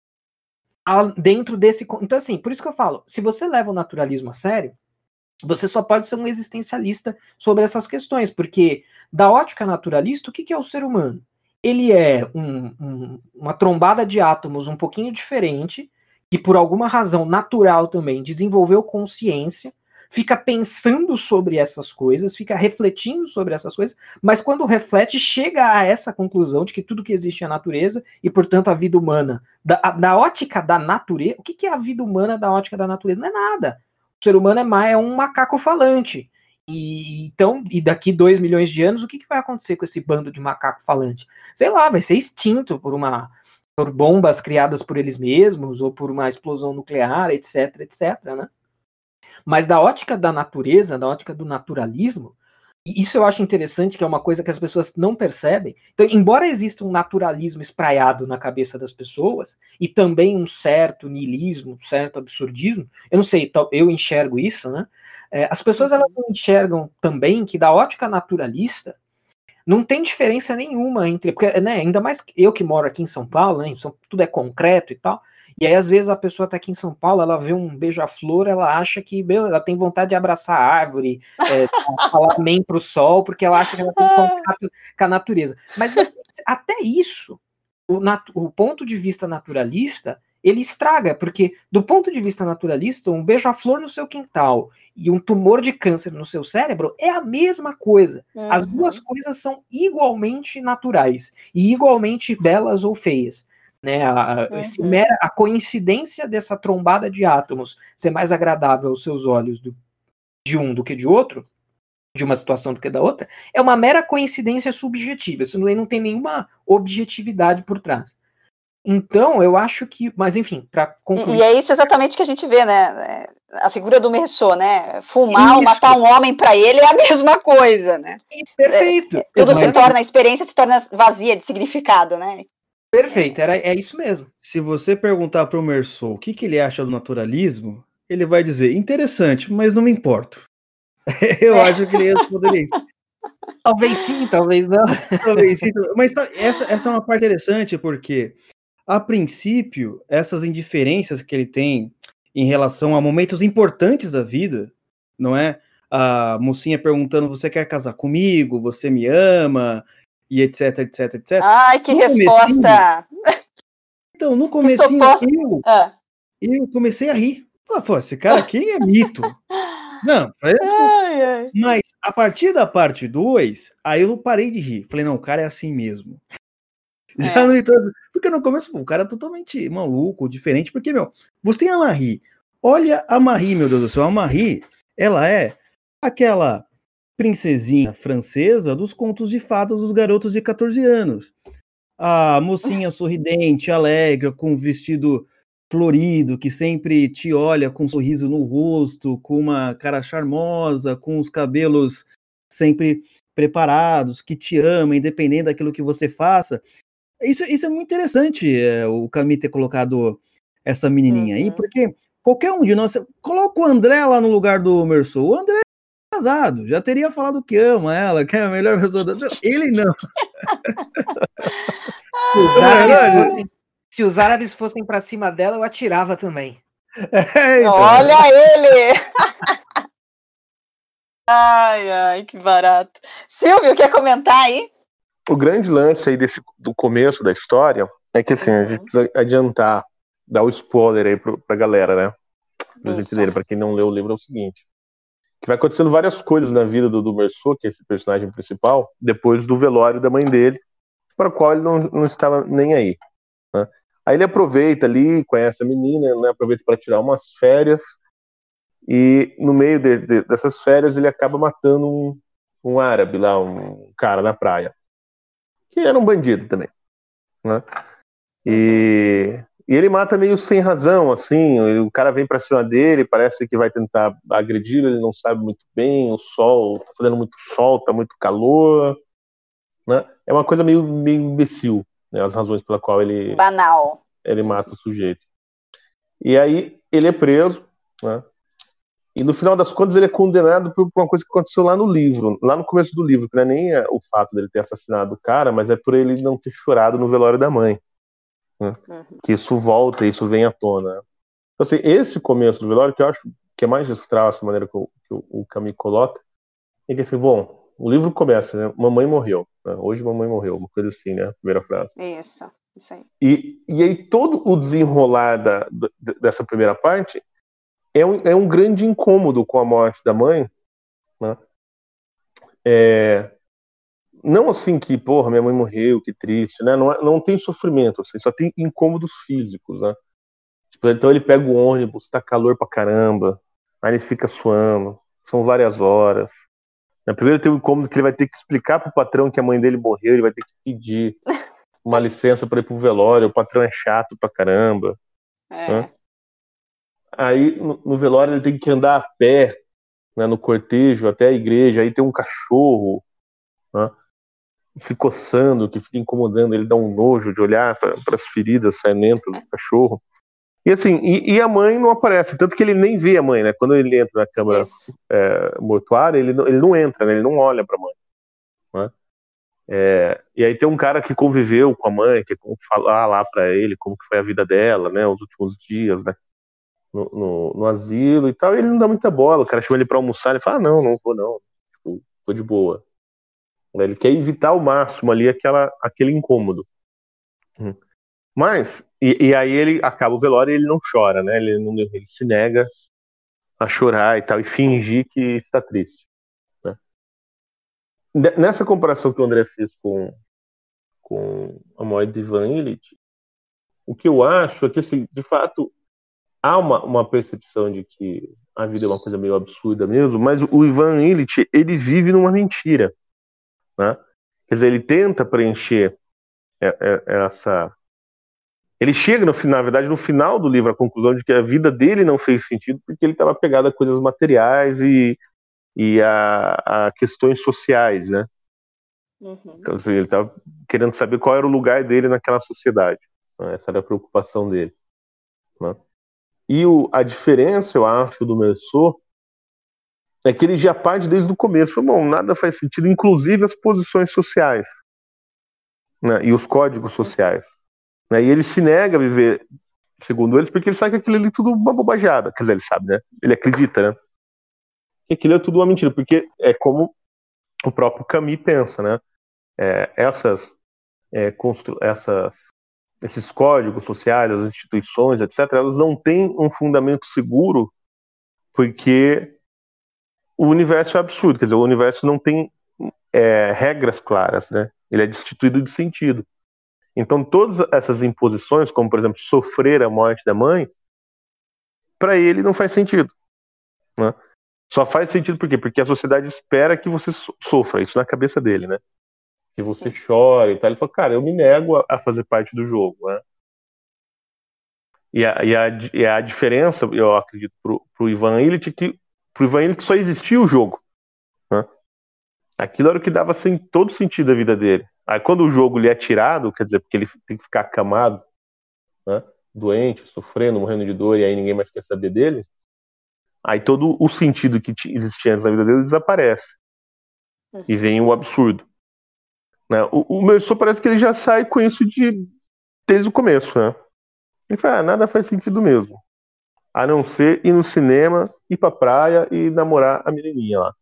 Speaker 4: dentro desse... Então, assim, por isso que eu falo, se você leva o naturalismo a sério, você só pode ser um existencialista sobre essas questões, porque da ótica naturalista, o que é o ser humano? Ele é uma trombada de átomos um pouquinho diferente, que por alguma razão natural também desenvolveu consciência, fica pensando sobre essas coisas, fica refletindo sobre essas coisas, mas quando reflete, chega a essa conclusão de que tudo que existe é a natureza e, portanto, a vida humana. Da ótica da natureza, o que é a vida humana da ótica da natureza? Não é nada. O ser humano é um macaco falante. E daqui 2 milhões de anos, o que vai acontecer com esse bando de macaco falante? Sei lá, vai ser extinto por bombas criadas por eles mesmos, ou por uma explosão nuclear, etc, etc, né? Mas da ótica da natureza, da ótica do naturalismo, e isso eu acho interessante, que é uma coisa que as pessoas não percebem. Então, embora exista um naturalismo espraiado na cabeça das pessoas, e também um certo niilismo, um certo absurdismo, eu não sei, eu enxergo isso, né? As pessoas elas não enxergam também que da ótica naturalista não tem diferença nenhuma entre... Porque, né, ainda mais eu que moro aqui em São Paulo, né, tudo é concreto e tal, E aí, às vezes, a pessoa tá aqui em São Paulo, ela vê um beija-flor, ela acha que, ela tem vontade de abraçar a árvore, falar amém pro sol, porque ela acha que ela tem contato com a natureza. Mas até isso, o ponto de vista naturalista, ele estraga, porque do ponto de vista naturalista, um beija-flor no seu quintal e um tumor de câncer no seu cérebro é a mesma coisa. As duas coisas são igualmente naturais e igualmente belas ou feias. Né, a coincidência dessa trombada de átomos ser mais agradável aos seus olhos de um do que de outro, de uma situação do que da outra, é uma mera coincidência subjetiva. Isso não tem nenhuma objetividade por trás. Então, eu acho que... Mas, enfim, para concluir...
Speaker 1: E é isso exatamente que a gente vê, né? A figura do Meursault, né? Fumar ou matar um homem, para ele, é a mesma coisa, né?
Speaker 4: Perfeito.
Speaker 1: Tudo se torna... A experiência se torna vazia de significado, né?
Speaker 4: Perfeito, é isso mesmo.
Speaker 3: Se você perguntar para o Meursault o que ele acha do naturalismo, ele vai dizer, interessante, mas não me importo. Eu acho que ele responderia isso.
Speaker 4: Talvez sim, talvez não.
Speaker 3: Talvez sim, mas essa é uma parte interessante, porque, a princípio, essas indiferenças que ele tem em relação a momentos importantes da vida, não é? A mocinha perguntando, você quer casar comigo? Você me ama? E etc, etc, etc.
Speaker 1: Ai, que resposta!
Speaker 3: Então, no comecinho, eu comecei a rir. Falei, pô, esse cara aqui é mito. Não, mas a partir da parte 2, aí eu não parei de rir. Falei, não, o cara é assim mesmo. Já não entrou. Porque no começo, pô, o cara é totalmente maluco, diferente. Porque, você tem a Marie. Olha a Marie, meu Deus do céu. A Marie, ela é aquela princesinha francesa dos contos de fadas dos garotos de 14 anos. A mocinha sorridente, alegre, com vestido florido, que sempre te olha com um sorriso no rosto, com uma cara charmosa, com os cabelos sempre preparados, que te ama, independente daquilo que você faça. Isso é muito interessante, o Camus ter colocado essa menininha aí, porque qualquer um de nós... Coloca o André lá no lugar do Meursault. O André é casado, já teria falado que ama ela, que é a melhor pessoa da... Ele não.
Speaker 4: Se os árabes fossem para cima dela, eu atirava também.
Speaker 1: Então. Olha ele! Ai, que barato. Silvio, quer comentar aí?
Speaker 2: O grande lance aí do começo da história é que, assim, a gente precisa adiantar, dar o spoiler aí pra galera, né? Pra quem não leu o livro, é o seguinte: que vai acontecendo várias coisas na vida do Meursault, que é esse personagem principal, depois do velório da mãe dele, para o qual ele não estava nem aí, né? Aí ele aproveita ali, conhece a menina, né, aproveita para tirar umas férias, e no meio dessas férias ele acaba matando um árabe lá, um cara na praia, que era um bandido também, né? E ele mata meio sem razão, assim, o cara vem pra cima dele, parece que vai tentar agredi-lo, ele não sabe muito bem, o sol, tá fazendo muito sol, tá muito calor, né? É uma coisa meio imbecil, né, as razões pela qual ele...
Speaker 1: Banal.
Speaker 2: Ele mata o sujeito. E aí ele é preso, né? E no final das contas ele é condenado por uma coisa que aconteceu lá no livro, lá no começo do livro, que não é nem o fato dele ter assassinado o cara, mas é por ele não ter chorado no velório da mãe, né? Que isso volta, isso vem à tona. Então, assim, esse começo do velório, que eu acho que é magistral, essa maneira que o Camus coloca, é que assim, bom, o livro começa, né? Mamãe morreu, né? Hoje mamãe morreu, uma coisa assim, né? Primeira frase.
Speaker 1: Isso aí.
Speaker 2: E aí todo o desenrolar dessa primeira parte é um grande incômodo com a morte da mãe, né? Não assim que, porra, minha mãe morreu, que triste, né? Não tem sofrimento, assim, só tem incômodos físicos, né? Tipo, então ele pega o ônibus, tá calor pra caramba, aí ele fica suando, são várias horas. Primeiro tem o incômodo que ele vai ter que explicar pro patrão que a mãe dele morreu, ele vai ter que pedir uma licença para ir pro velório, o patrão é chato pra caramba, né? Aí no velório ele tem que andar a pé, né, no cortejo até a igreja, aí tem um cachorro, né, se coçando, que fica incomodando, ele dá um nojo de olhar para as feridas saindo do cachorro. E assim, e a mãe não aparece, tanto que ele nem vê a mãe, né? Quando ele entra na câmara mortuária, ele não entra, né? Ele não olha para a mãe, né? E aí tem um cara que conviveu com a mãe, que falar lá pra ele como que foi a vida dela, né, os últimos dias, né, no asilo e tal, e ele não dá muita bola. O cara chama ele pra almoçar, ele fala, não vou não, tipo, tô de boa. Ele quer evitar ao máximo ali aquele incômodo. Mas, e aí ele acaba o velório e ele não chora, né, ele se nega a chorar e tal, e fingir que está triste, né. Nessa comparação que o André fez com a morte de Ivan Illich, o que eu acho é que, assim, de fato, há uma percepção de que a vida é uma coisa meio absurda mesmo, mas o Ivan Illich, ele vive numa mentira, né? Quer dizer, ele tenta preencher essa... Ele chega, na verdade, no final do livro, à conclusão de que a vida dele não fez sentido porque ele estava pegado a coisas materiais e a questões sociais, né? Então, assim, ele estava querendo saber qual era o lugar dele naquela sociedade, né? Essa era a preocupação dele, né? E a diferença, eu acho, do Meursault é que ele já parte desde o começo. Falou, bom, nada faz sentido, inclusive as posições sociais, né? E os códigos sociais, né? E ele se nega a viver segundo eles porque ele sabe que aquilo ali é tudo uma bobajada. Quer dizer, ele sabe, né? Ele acredita, né? Que aquilo é tudo uma mentira, porque é como o próprio Camus pensa, né? Esses códigos sociais, as instituições, etc., elas não têm um fundamento seguro porque o universo é absurdo, quer dizer, o universo não tem regras claras, né? Ele é destituído de sentido. Então, todas essas imposições, como, por exemplo, sofrer a morte da mãe, para ele não faz sentido, né? Só faz sentido por quê? Porque a sociedade espera que você sofra, isso na cabeça dele, né? Que você chore e tal. Ele falou, cara, eu me nego a fazer parte do jogo, né? E a diferença, eu acredito, pro Ivan Illich, que pro Ivan Illich só existia o jogo, né? Aquilo era o que dava todo sentido à vida dele. Aí quando o jogo lhe é tirado, quer dizer, porque ele tem que ficar acamado, né, doente, sofrendo, morrendo de dor, e aí ninguém mais quer saber dele, aí todo o sentido que existia antes na vida dele desaparece. E vem o absurdo, né? O Meursault parece que ele já sai com isso desde o começo, né? Ele fala, nada faz sentido mesmo, a não ser ir no cinema, ir pra praia e namorar a menininha lá.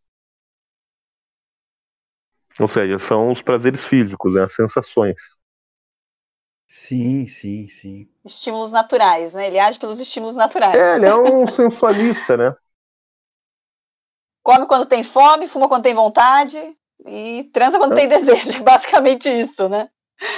Speaker 2: Ou seja, são os prazeres físicos, né, as sensações.
Speaker 3: Sim.
Speaker 1: Estímulos naturais, né? Ele age pelos estímulos naturais.
Speaker 2: Ele é um sensualista, né?
Speaker 1: Come quando tem fome, fuma quando tem vontade e transa quando tem desejo. Basicamente isso, né?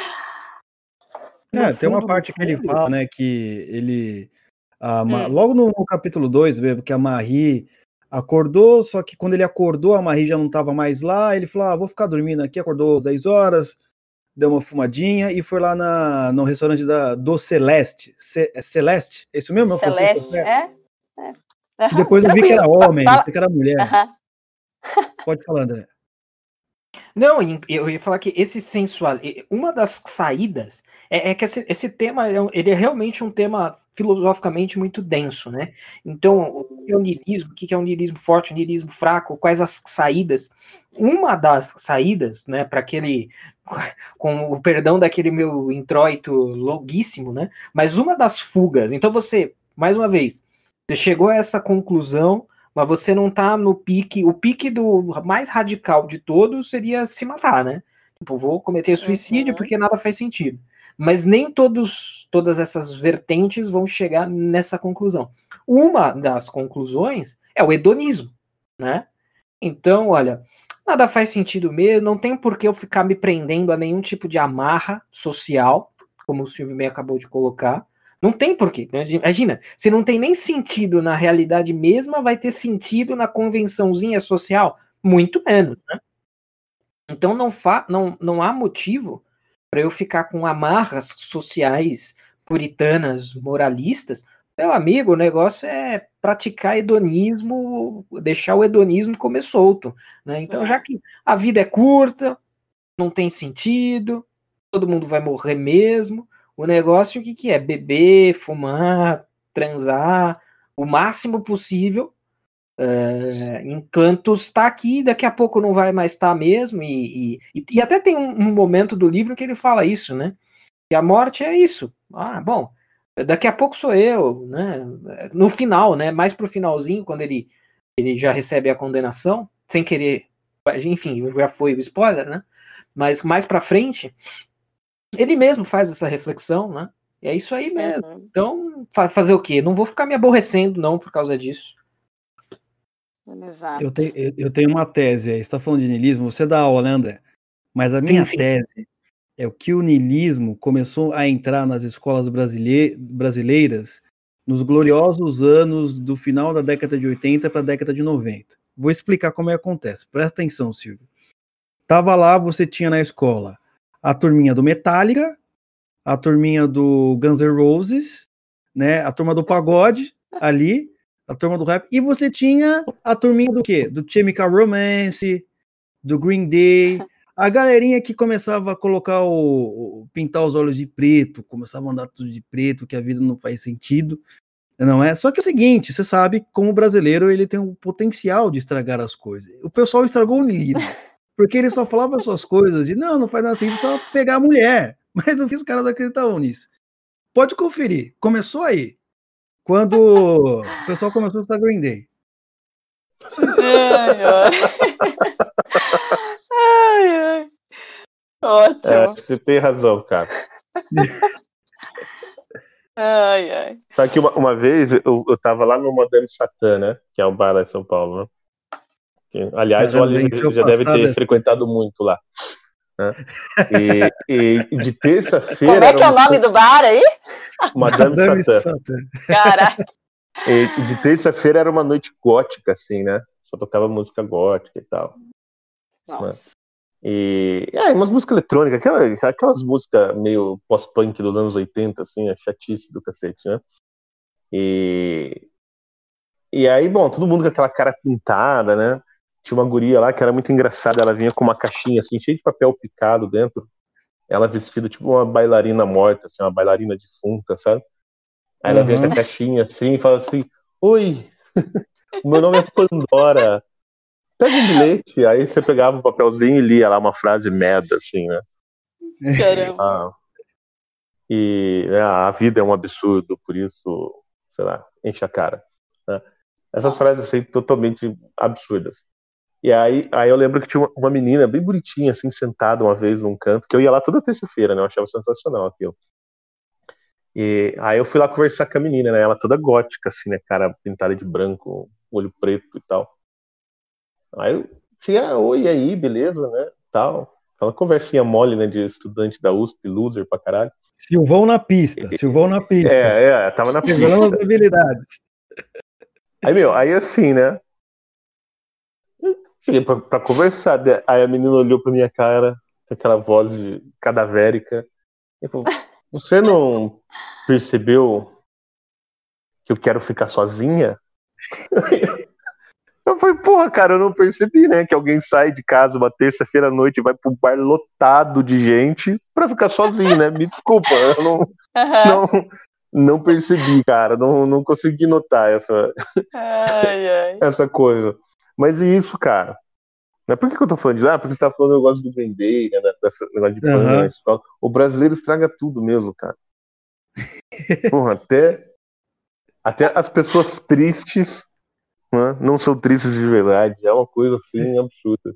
Speaker 3: Tem uma parte que ele fala, né, que ele... logo no capítulo 2, mesmo, que a Marie acordou, só que quando ele acordou, a Marie já não estava mais lá, ele falou, vou ficar dormindo aqui, acordou às 10 horas, deu uma fumadinha e foi lá no restaurante do Celeste. Celeste? É isso mesmo?
Speaker 1: Celeste,
Speaker 3: E depois eu vi que era homem, eu vi que era mulher. Pode falar, André.
Speaker 4: Não, eu ia falar que esse sensual, uma das saídas é que esse tema ele é realmente um tema filosoficamente muito denso, né? Então, o que é o niilismo, o que é um niilismo forte, um niilismo fraco, quais as saídas? Uma das saídas, né, para aquele, com o perdão daquele meu introito longuíssimo, né? Mas uma das fugas. Então você, mais uma vez, você chegou a essa conclusão, mas você não tá no pique. O pique do mais radical de todos seria se matar, né? Tipo, vou cometer suicídio porque nada faz sentido. Mas nem todas essas vertentes vão chegar nessa conclusão. Uma das conclusões é o hedonismo, né? Então, olha, nada faz sentido mesmo, não tem por que eu ficar me prendendo a nenhum tipo de amarra social, como o Silvio Meia acabou de colocar. Não tem porquê. Imagina, se não tem nem sentido na realidade mesma, vai ter sentido na convençãozinha social? Muito menos, né? Então não há motivo para eu ficar com amarras sociais puritanas, moralistas. Meu amigo, o negócio é praticar hedonismo, deixar o hedonismo comer solto, né? Então, já que a vida é curta, não tem sentido, todo mundo vai morrer mesmo, o negócio o que é? Beber, fumar, transar, o máximo possível, Enquanto está aqui, daqui a pouco não vai mais estar mesmo, e até tem um momento do livro que ele fala isso, né? Que a morte é isso. Bom, daqui a pouco sou eu, né? No final, né? Mais pro finalzinho, quando ele já recebe a condenação, sem querer, enfim, já foi o spoiler, né? Mas mais pra frente, ele mesmo faz essa reflexão, né? E é isso aí mesmo.
Speaker 1: Uhum.
Speaker 4: Então, fazer o quê? Não vou ficar me aborrecendo, não, por causa disso.
Speaker 1: Exato.
Speaker 3: Eu tenho uma tese aí. Você está falando de niilismo, você dá aula, né, André? Mas a minha tese é que o niilismo começou a entrar nas escolas brasileiras nos gloriosos anos do final da década de 80 para a década de 90. Vou explicar como é que acontece. Presta atenção, Silvio. Tava lá, você tinha na escola a turminha do Metallica, a turminha do Guns N' Roses, né, a turma do pagode ali, a turma do rap, e você tinha a turminha do quê? Do Chemical Romance, do Green Day, a galerinha que começava a colocar pintar os olhos de preto, começava a andar tudo de preto, que a vida não faz sentido, não é? Só que é o seguinte, você sabe como o brasileiro ele tem o potencial de estragar as coisas. O pessoal estragou o niilismo, porque ele só falava essas coisas de não faz nada assim, só pegar a mulher. Mas eu fiz os caras acreditavam nisso. Pode conferir, começou aí. Quando o pessoal começou a escutar Green Day.
Speaker 1: Ai. Ótimo.
Speaker 2: Você tem razão, cara.
Speaker 1: Ai.
Speaker 2: Só que uma vez eu tava lá no Madame Satã, né? Que é um bar lá em São Paulo, né? Que, aliás, o Oliver já deve ter frequentado muito lá. Né? E de terça-feira.
Speaker 1: Como é que é o nome do bar aí?
Speaker 2: Madame Satã.
Speaker 1: Caraca.
Speaker 2: E de terça-feira era uma noite gótica, assim, né? Só tocava música gótica e tal.
Speaker 1: Nossa.
Speaker 2: Né? E umas músicas eletrônicas, aquelas músicas meio pós-punk dos anos 80, assim, a chatice do cacete, né? E aí, bom, todo mundo com aquela cara pintada, né? Tinha uma guria lá que era muito engraçada, ela vinha com uma caixinha, assim, cheia de papel picado dentro, ela vestida tipo uma bailarina morta, assim, uma bailarina defunta, sabe? Aí ela vinha com a caixinha, assim, e fala assim, oi, o meu nome é Pandora, pega um bilhete. Aí você pegava um papelzinho e lia lá uma frase merda, assim, né?
Speaker 1: Caramba.
Speaker 2: E a vida é um absurdo, por isso, sei lá, enche a cara. Né? Essas frases, assim, totalmente absurdas. E aí eu lembro que tinha uma menina bem bonitinha, assim, sentada uma vez num canto, que eu ia lá toda terça-feira, né? Eu achava sensacional aquilo. E aí eu fui lá conversar com a menina, né? Ela toda gótica, assim, né? Cara pintada de branco, olho preto e tal. Aí eu cheguei, oi, e aí, beleza, né? Tal. Aquela conversinha mole, né? De estudante da USP, loser pra caralho.
Speaker 3: Silvão na pista.
Speaker 2: Tava na pista.
Speaker 3: Revelando as habilidades.
Speaker 2: Aí assim, né? Eu cheguei pra conversar. Aí a menina olhou pra minha cara, com aquela voz cadavérica, e falou: você não percebeu que eu quero ficar sozinha? Eu falei, porra, cara, eu não percebi, né? Que alguém sai de casa uma terça-feira à noite e vai pro bar lotado de gente pra ficar sozinho, né? Me desculpa, eu não percebi, cara. Não consegui notar essa coisa. Mas e isso, cara? Por que eu tô falando disso? Porque você tá falando, eu gosto do Green Day, né? Desse negócio de punch. O brasileiro estraga tudo mesmo, cara. Porra, até as pessoas tristes não são tristes de verdade. É uma coisa assim absurda.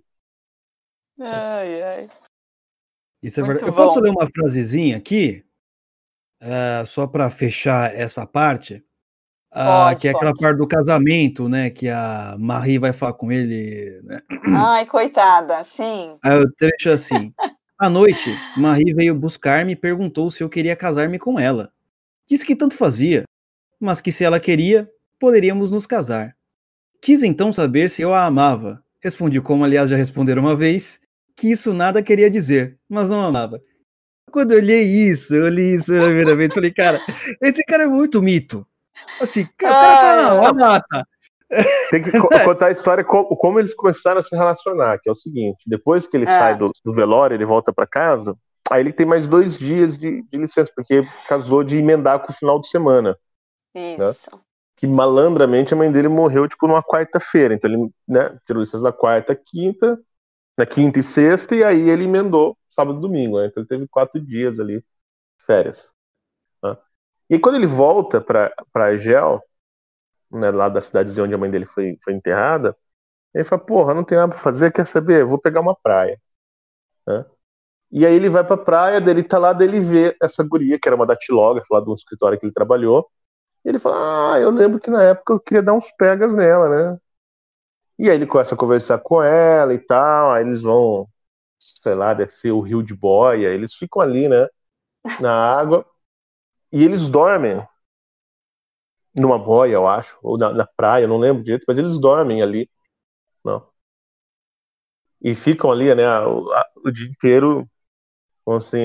Speaker 3: Isso é verdade. Eu posso ler uma frasezinha aqui? Só para fechar essa parte? Que é aquela parte do casamento, né? Que a Marie vai falar com ele. Né?
Speaker 1: Ai, coitada, sim.
Speaker 3: Aí o trecho é assim. À noite, Marie veio buscar-me e perguntou se eu queria casar-me com ela. Disse que tanto fazia, mas que se ela queria, poderíamos nos casar. Quis então saber se eu a amava. Respondi, como aliás já responderam uma vez, que isso nada queria dizer, mas não amava. Quando eu li isso na primeira vez, falei, cara, esse cara é muito mito. Assim, o cara fala, mata.
Speaker 2: Tem que contar a história como eles começaram a se relacionar, que é o seguinte, depois que ele sai do velório, ele volta para casa, aí ele tem mais 2 dias de licença, porque casou de emendar com o final de semana.
Speaker 1: Isso.
Speaker 2: Né? que malandramente a mãe dele morreu, tipo, numa quarta-feira. Então ele, né, tirou licença na quarta, quinta, na quinta e sexta, e aí ele emendou sábado e domingo, né? Então ele teve 4 dias ali, férias. Né? E quando ele volta para Argel, né, lá da cidadezinha onde a mãe dele foi enterrada, ele fala, porra, não tem nada pra fazer, quer saber? Eu vou pegar uma praia. Né? E aí ele vai pra praia, dele tá lá, dele vê essa guria, que era uma datilógrafa lá de um escritório que ele trabalhou. E ele fala, eu lembro que na época eu queria dar uns pegas nela, né? E aí ele começa a conversar com ela e tal, aí eles vão, sei lá, descer o rio de boia, eles ficam ali, né, na água, e eles dormem numa boia, eu acho, ou na praia, não lembro direito, mas eles dormem ali, não. E ficam ali, né, o dia inteiro, assim,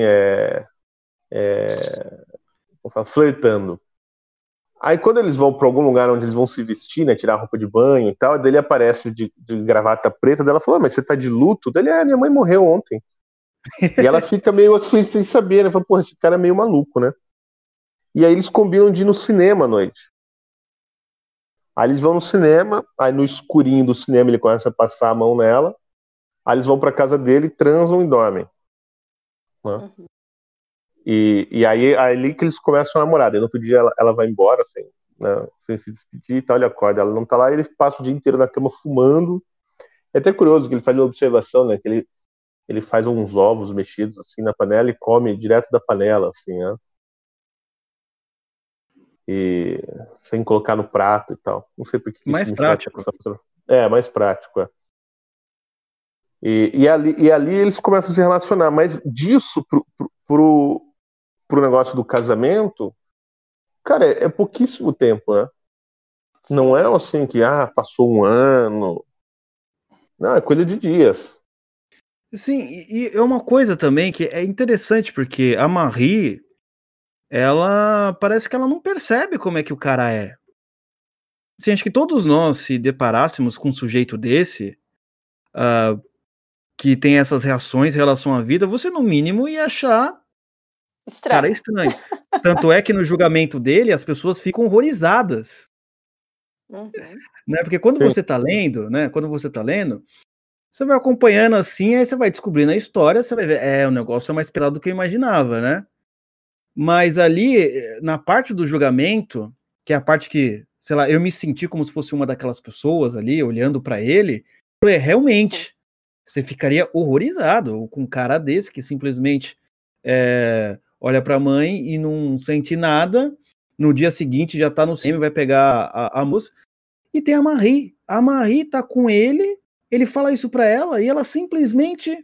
Speaker 2: flertando. Aí quando eles vão para algum lugar onde eles vão se vestir, né, tirar a roupa de banho e tal, daí ele aparece de gravata preta, dela fala, mas você tá de luto? Daí ele, minha mãe morreu ontem. E ela fica meio assim, sem saber, né, fala, porra, esse cara é meio maluco, né. E aí eles combinam de ir no cinema à noite. Aí eles vão no cinema, aí no escurinho do cinema ele começa a passar a mão nela, aí eles vão pra casa dele, transam e dormem. Né? Uhum. E aí ali que eles começam a namorar. Daí no outro dia ela vai embora, assim, né, sem se despedir e tal, ele acorda, ela não tá lá, e ele passa o dia inteiro na cama fumando. É até curioso que ele faz uma observação, né, que ele faz uns ovos mexidos assim na panela e come direto da panela, assim, né? E sem colocar no prato e tal. Não sei por que
Speaker 3: mais
Speaker 2: isso me
Speaker 3: prático.
Speaker 2: Mais prático, é. E ali eles começam a se relacionar, mas disso pro negócio do casamento, cara, é pouquíssimo tempo, né? Sim. Não é assim que, passou um ano. Não, é coisa de dias.
Speaker 3: Sim, e é uma coisa também que é interessante, porque a Marie, ela parece que ela não percebe como é que o cara é. Assim, acho que todos nós, se deparássemos com um sujeito desse, que tem essas reações em relação à vida, você no mínimo ia achar
Speaker 1: estranho.
Speaker 3: Cara, estranho. Tanto é que no julgamento dele, as pessoas ficam horrorizadas.
Speaker 1: Uhum.
Speaker 3: Né? Porque quando você tá lendo, né? Você vai acompanhando assim, aí você vai descobrindo a história, você vai ver, o negócio é mais pesado do que eu imaginava, né? Mas ali, na parte do julgamento, que é a parte que, sei lá, eu me senti como se fosse uma daquelas pessoas ali, olhando pra ele, realmente, sim, você ficaria horrorizado com um cara desse que simplesmente olha pra mãe e não sente nada, no dia seguinte já tá no cinema, vai pegar a moça, e tem a Marie tá com ele fala isso pra ela, e ela simplesmente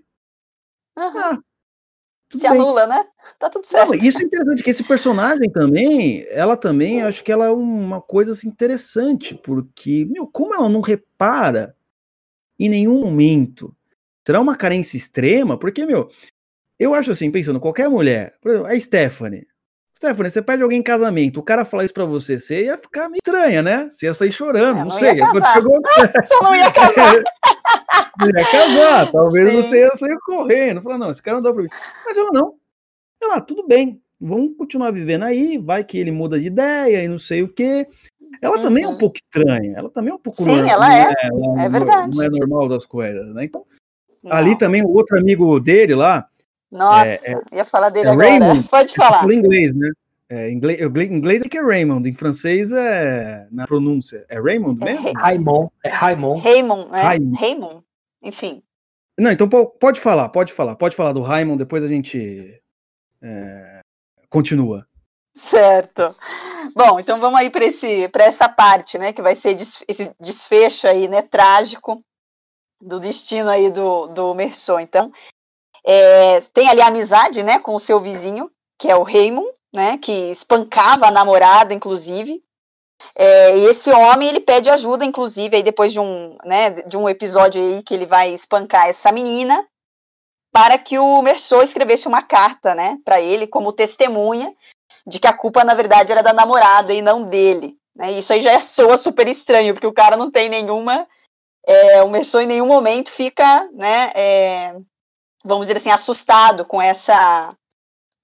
Speaker 1: se anula, né? Tá tudo certo.
Speaker 3: Não, isso é interessante, que esse personagem também, ela também, acho que ela é uma coisa assim, interessante, porque, como ela não repara em nenhum momento, será uma carência extrema? Porque, eu acho assim, pensando, qualquer mulher, por exemplo, a Stephanie, você pede alguém em casamento, o cara falar isso pra você, você ia ficar meio estranha, né? Você ia sair chorando, não sei.
Speaker 1: Ia casar. Você não ia casar.
Speaker 3: Não ia casar, talvez você ia sair correndo, falar, não, esse cara não dá pra mim. Mas ela não. Ela, tudo bem, vamos continuar vivendo aí, vai que ele muda de ideia e não sei o quê. Ela também é um pouco estranha, ela também é um pouco
Speaker 1: normal. Sim, ela é verdade.
Speaker 3: Não é normal das coisas, né? Então, ali também o outro amigo dele lá.
Speaker 1: Nossa, ia falar dele agora.
Speaker 3: Raymond,
Speaker 1: pode falar.
Speaker 3: Em inglês, né? Inglês é que é Raymond, em francês na pronúncia. É Raymond mesmo?
Speaker 4: Raymond.
Speaker 1: Raymond, né? Raymond, enfim.
Speaker 3: Não, então pode falar do Raymond, depois a gente continua.
Speaker 1: Certo. Bom, então vamos aí para essa parte, né, que vai ser esse desfecho aí, né, trágico do destino aí do Meursault. Então, tem ali a amizade, né, com o seu vizinho, que é o Raymond, né, que espancava a namorada, inclusive. E esse homem, ele pede ajuda, inclusive, aí depois de um episódio aí que ele vai espancar essa menina, para que o Meursault escrevesse uma carta, né, para ele como testemunha de que a culpa, na verdade, era da namorada e não dele. Né? Isso aí já soa super estranho, porque o cara não tem nenhuma... o Meursault em nenhum momento fica, né, vamos dizer assim, assustado com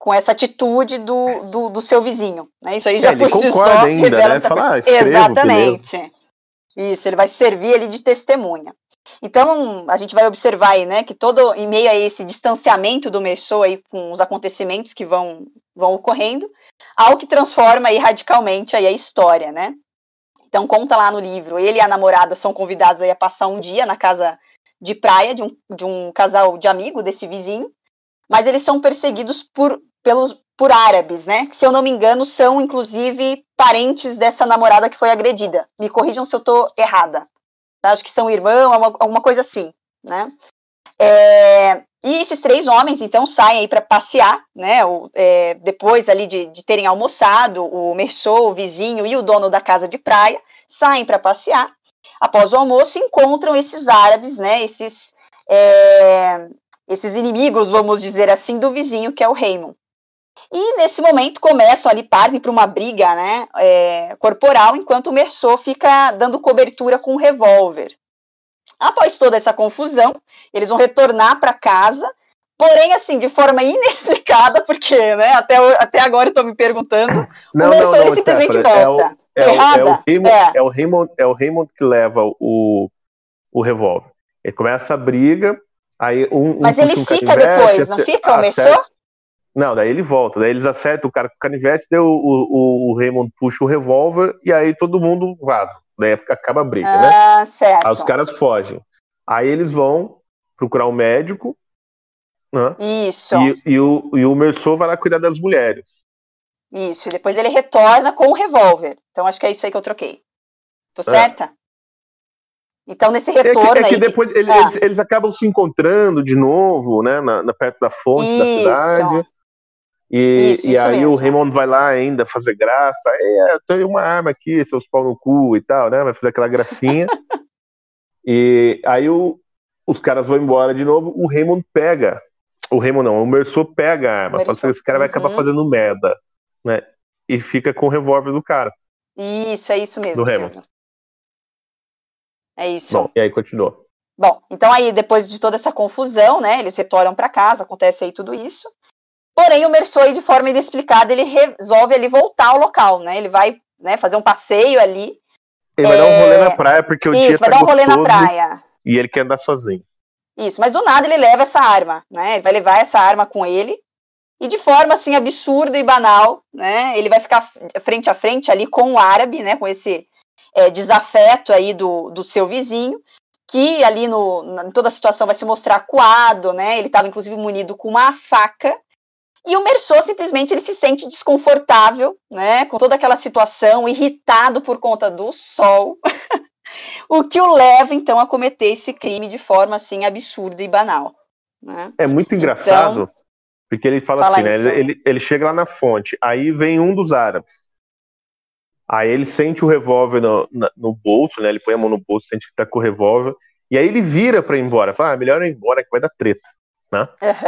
Speaker 1: com essa atitude do seu vizinho, né? Isso aí já por si só
Speaker 2: ainda,
Speaker 1: revela
Speaker 2: né?
Speaker 1: muita coisa.
Speaker 2: Escrevo,
Speaker 1: exatamente.
Speaker 2: Beleza.
Speaker 1: Isso, ele vai servir ali de testemunha. Então, a gente vai observar aí, né, que todo, em meio a esse distanciamento do Meursault aí com os acontecimentos que vão ocorrendo, algo que transforma aí radicalmente aí a história, né? Então, conta lá no livro, ele e a namorada são convidados aí a passar um dia na casa de praia de um casal de amigo desse vizinho, mas eles são perseguidos por árabes, né? Que, se eu não me engano, são, inclusive, parentes dessa namorada que foi agredida. Me corrijam se eu tô errada. Acho que são irmãos, alguma coisa assim, né? E esses 3 homens, então, saem aí para passear, né? Depois ali de terem almoçado, o Meursault, o vizinho e o dono da casa de praia, saem para passear. Após o almoço, encontram esses árabes, né? Esses inimigos, vamos dizer assim, do vizinho, que é o Raymond. E nesse momento começam ali, partem para uma briga, né, corporal, enquanto o Meursault fica dando cobertura com um revólver. Após toda essa confusão, eles vão retornar para casa, porém, assim, de forma inexplicada, porque, né, até agora eu estou me perguntando, o Meursault ele simplesmente volta.
Speaker 2: É o Raymond que leva o revólver. Ele começa a briga, aí
Speaker 1: mas ele fica depois, não fica o Meursault?
Speaker 2: Não, daí ele volta, daí eles acertam o cara com o canivete, daí o Raymond puxa o revólver e aí todo mundo vaza. Daí acaba a briga, né?
Speaker 1: Certo.
Speaker 2: Aí os caras fogem. Aí eles vão procurar um médico, né?
Speaker 1: Isso.
Speaker 2: E o Meursault vai lá cuidar das mulheres.
Speaker 1: Isso, e depois ele retorna com o revólver. Então acho que é isso aí que eu troquei. Tô certa? Então nesse retorno
Speaker 2: que depois eles acabam se encontrando de novo, né? Perto da fonte da cidade. E aí mesmo. O Raymond vai lá ainda fazer graça. Tem uma arma aqui, seus pau no cu e tal, né? Vai fazer aquela gracinha. E aí os caras vão embora de novo. O Raymond pega. O Meursault pega a arma. Fala assim, esse cara vai acabar fazendo merda, né? E fica com o revólver do cara.
Speaker 1: Isso, é isso mesmo,
Speaker 2: do Raymond.
Speaker 1: É isso.
Speaker 2: Bom, e aí continua.
Speaker 1: Bom, então aí depois de toda essa confusão, né? Eles retornam para casa, acontece aí tudo isso. Porém, o Meursault, de forma inexplicada, ele resolve ali voltar ao local, né? Ele vai, né, fazer um passeio ali.
Speaker 2: Ele vai dar um rolê na praia, porque o dia
Speaker 1: vai dar um rolê na praia.
Speaker 2: E ele quer andar sozinho.
Speaker 1: Isso, mas do nada ele leva essa arma, né? Ele vai levar essa arma com ele. E de forma, assim, absurda e banal, né? Ele vai ficar frente a frente ali com o árabe, né? Com esse desafeto aí do seu vizinho, que ali em toda a situação vai se mostrar acuado, né? Ele estava, inclusive, munido com uma faca. E o Meursault simplesmente ele se sente desconfortável, né, com toda aquela situação, irritado por conta do sol, o que o leva, então, a cometer esse crime de forma, assim, absurda e banal. Né?
Speaker 2: É muito engraçado, porque ele fala assim, né, ele chega lá na fonte, aí vem um dos árabes, aí ele sente o revólver no bolso, né, ele põe a mão no bolso, sente que tá com o revólver, e aí ele vira pra ir embora, fala, melhor ir embora que vai dar treta, né?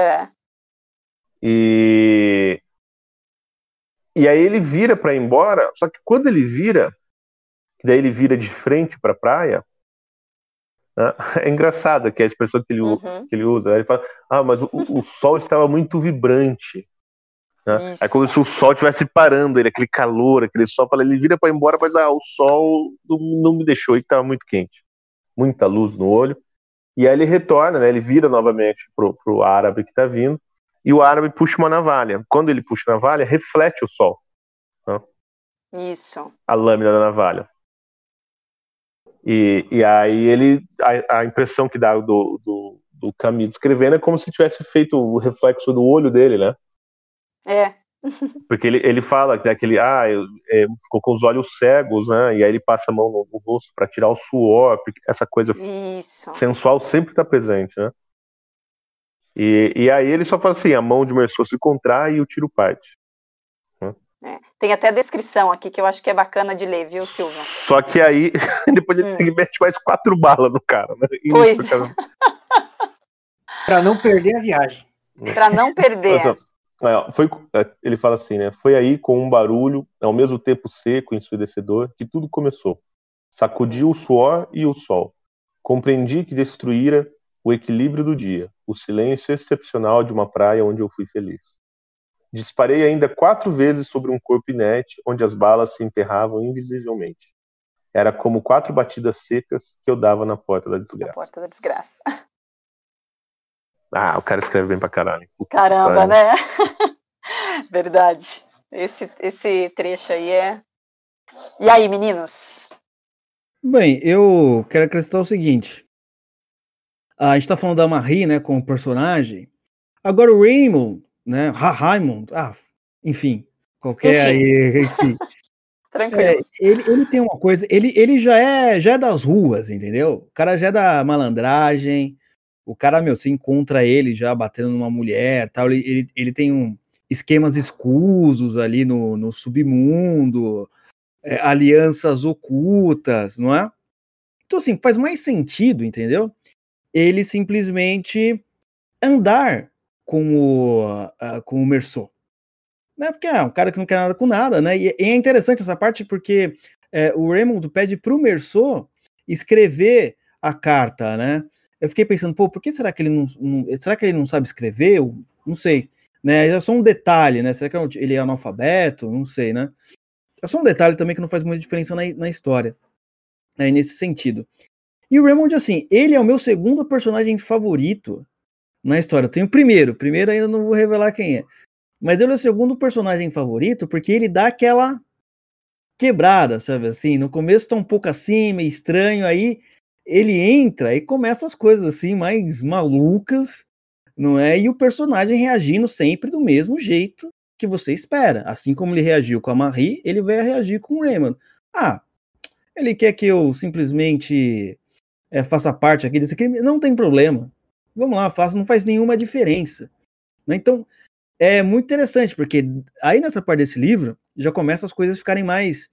Speaker 2: E aí ele vira para ir embora, só que quando ele vira, daí ele vira de frente para a praia, né? É engraçado que a expressão que ele usa, né? Ele fala, mas o sol estava muito vibrante, né? É como se o sol estivesse parando ele, aquele calor, aquele sol, ele vira para ir embora, mas o sol não me deixou, ele estava muito quente, muita luz no olho, e aí ele retorna, né? Ele vira novamente pro árabe que está vindo, e o árabe puxa uma navalha. Quando ele puxa a navalha, reflete o sol. Né?
Speaker 1: Isso.
Speaker 2: A lâmina da navalha. E aí a impressão que dá do Camus escrevendo é como se tivesse feito o reflexo do olho dele, né? Porque ele fala que ele ficou com os olhos cegos, né? E aí ele passa a mão no rosto para tirar o suor, porque essa coisa sensual sempre está presente, né? E aí ele só fala assim, a mão de Meursault se contrai e o tiro parte.
Speaker 1: Tem até a descrição aqui que eu acho que é bacana de ler, viu, Silvio?
Speaker 2: Só que aí, depois ele mete mais 4 balas no cara, né?
Speaker 1: Pois.
Speaker 4: Pra não perder a viagem.
Speaker 1: Pra não perder.
Speaker 2: Ele fala assim, né? Foi aí com um barulho, ao mesmo tempo seco e ensurdecedor, que tudo começou. Sacudiu o suor e o sol. Compreendi que destruíra o equilíbrio do dia, o silêncio excepcional de uma praia onde eu fui feliz. Disparei ainda 4 vezes sobre um corpo inerte, onde as balas se enterravam invisivelmente. Era como 4 batidas secas que eu dava na porta da desgraça.
Speaker 1: Na porta da desgraça.
Speaker 2: Ah, o cara escreve bem pra caralho.
Speaker 1: Caramba, né? Verdade. Esse trecho aí é... E aí, meninos?
Speaker 3: Bem, eu quero acrescentar o seguinte. A gente tá falando da Marie, né, como personagem. Agora o Raymond, né, Raymond, enfim, qualquer aí, enfim.
Speaker 1: Tranquilo.
Speaker 3: Ele tem uma coisa, ele já é das ruas, entendeu? O cara já é da malandragem, o cara, se encontra ele já batendo numa mulher, tal, ele tem esquemas escusos ali no submundo, alianças ocultas, não é? Então, assim, faz mais sentido, entendeu? Ele simplesmente andar com o Merceau. Né? Porque é um cara que não quer nada com nada, né? E é interessante essa parte porque o Raymond pede pro Merceau escrever a carta, né? Eu fiquei pensando, por que será que ele será que ele não sabe escrever? Eu não sei, né? É só um detalhe, né? Será que ele é analfabeto? Não sei, né? É só um detalhe também que não faz muita diferença na história, né? Nesse sentido. E o Raymond, assim, ele é o meu segundo personagem favorito na história. Eu tenho o primeiro ainda não vou revelar quem é. Mas ele é o segundo personagem favorito porque ele dá aquela quebrada, sabe assim? No começo tá um pouco assim, meio estranho, aí ele entra e começa as coisas assim mais malucas, não é? E o personagem reagindo sempre do mesmo jeito que você espera. Assim como ele reagiu com a Marie, ele vai reagir com o Raymond. Ele quer que eu simplesmente faça parte aqui desse crime? Não tem problema. Vamos lá, não faz nenhuma diferença. Né? Então, é muito interessante, porque aí nessa parte desse livro, já começa as coisas a ficarem mais,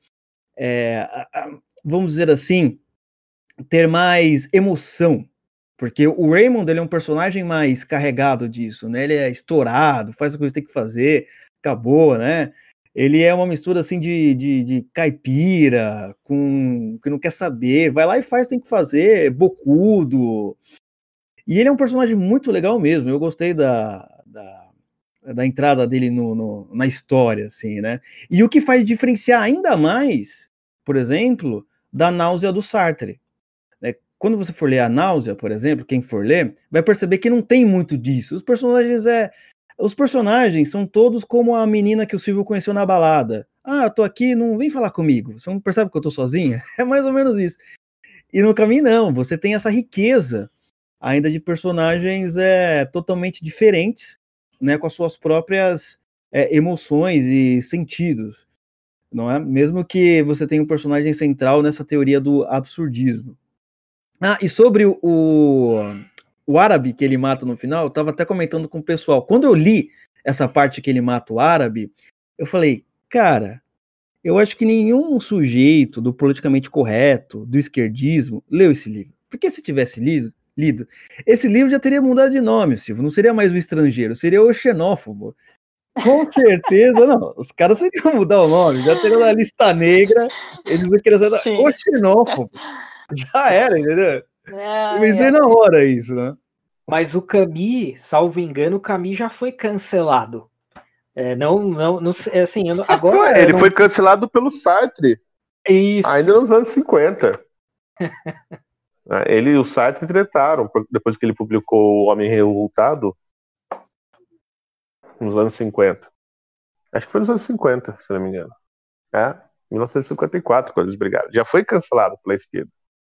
Speaker 3: vamos dizer assim, ter mais emoção, porque o Raymond, ele é um personagem mais carregado disso, né, ele é estourado, faz a coisa que tem que fazer, acabou, né, ele é uma mistura, assim, de caipira, com que não quer saber, vai lá e faz, tem que fazer, bocudo, e ele é um personagem muito legal mesmo, eu gostei da entrada dele na história, assim, né? E o que faz diferenciar ainda mais, por exemplo, da Náusea do Sartre. Né? Quando você for ler a Náusea, por exemplo, quem for ler, vai perceber que não tem muito disso. Os personagens são todos como a menina que o Silvio conheceu na balada. Eu tô aqui, não vem falar comigo. Você não percebe que eu tô sozinha? É mais ou menos isso. E no caminho, não. Você tem essa riqueza ainda de personagens totalmente diferentes, né, com as suas próprias emoções e sentidos, não é? Mesmo que você tenha um personagem central nessa teoria do absurdismo. E sobre o árabe que ele mata no final, eu estava até comentando com o pessoal. Quando eu li essa parte que ele mata o árabe, eu falei, cara, eu acho que nenhum sujeito do politicamente correto, do esquerdismo, leu esse livro. Porque se tivesse lido, esse livro já teria mudado de nome, Silvio. Não seria mais o estrangeiro, seria o xenófobo. Com certeza, não. Os caras seriam mudar o nome, já teriam na lista negra, eles não queriam ser o xenófobo. Já era, entendeu? Eu pensei na hora isso, né?
Speaker 4: Mas o Camus, salvo engano, o Camus já foi cancelado. Não assim, agora...
Speaker 2: Ele foi cancelado pelo Sartre.
Speaker 4: Isso.
Speaker 2: Ainda nos anos 50. Ele e o Sartre tretaram depois que ele publicou O Homem Revoltado nos anos 50. Acho que foi nos anos 50, se não me engano. 1954, quando eles brigaram. Já foi cancelado pela esquerda.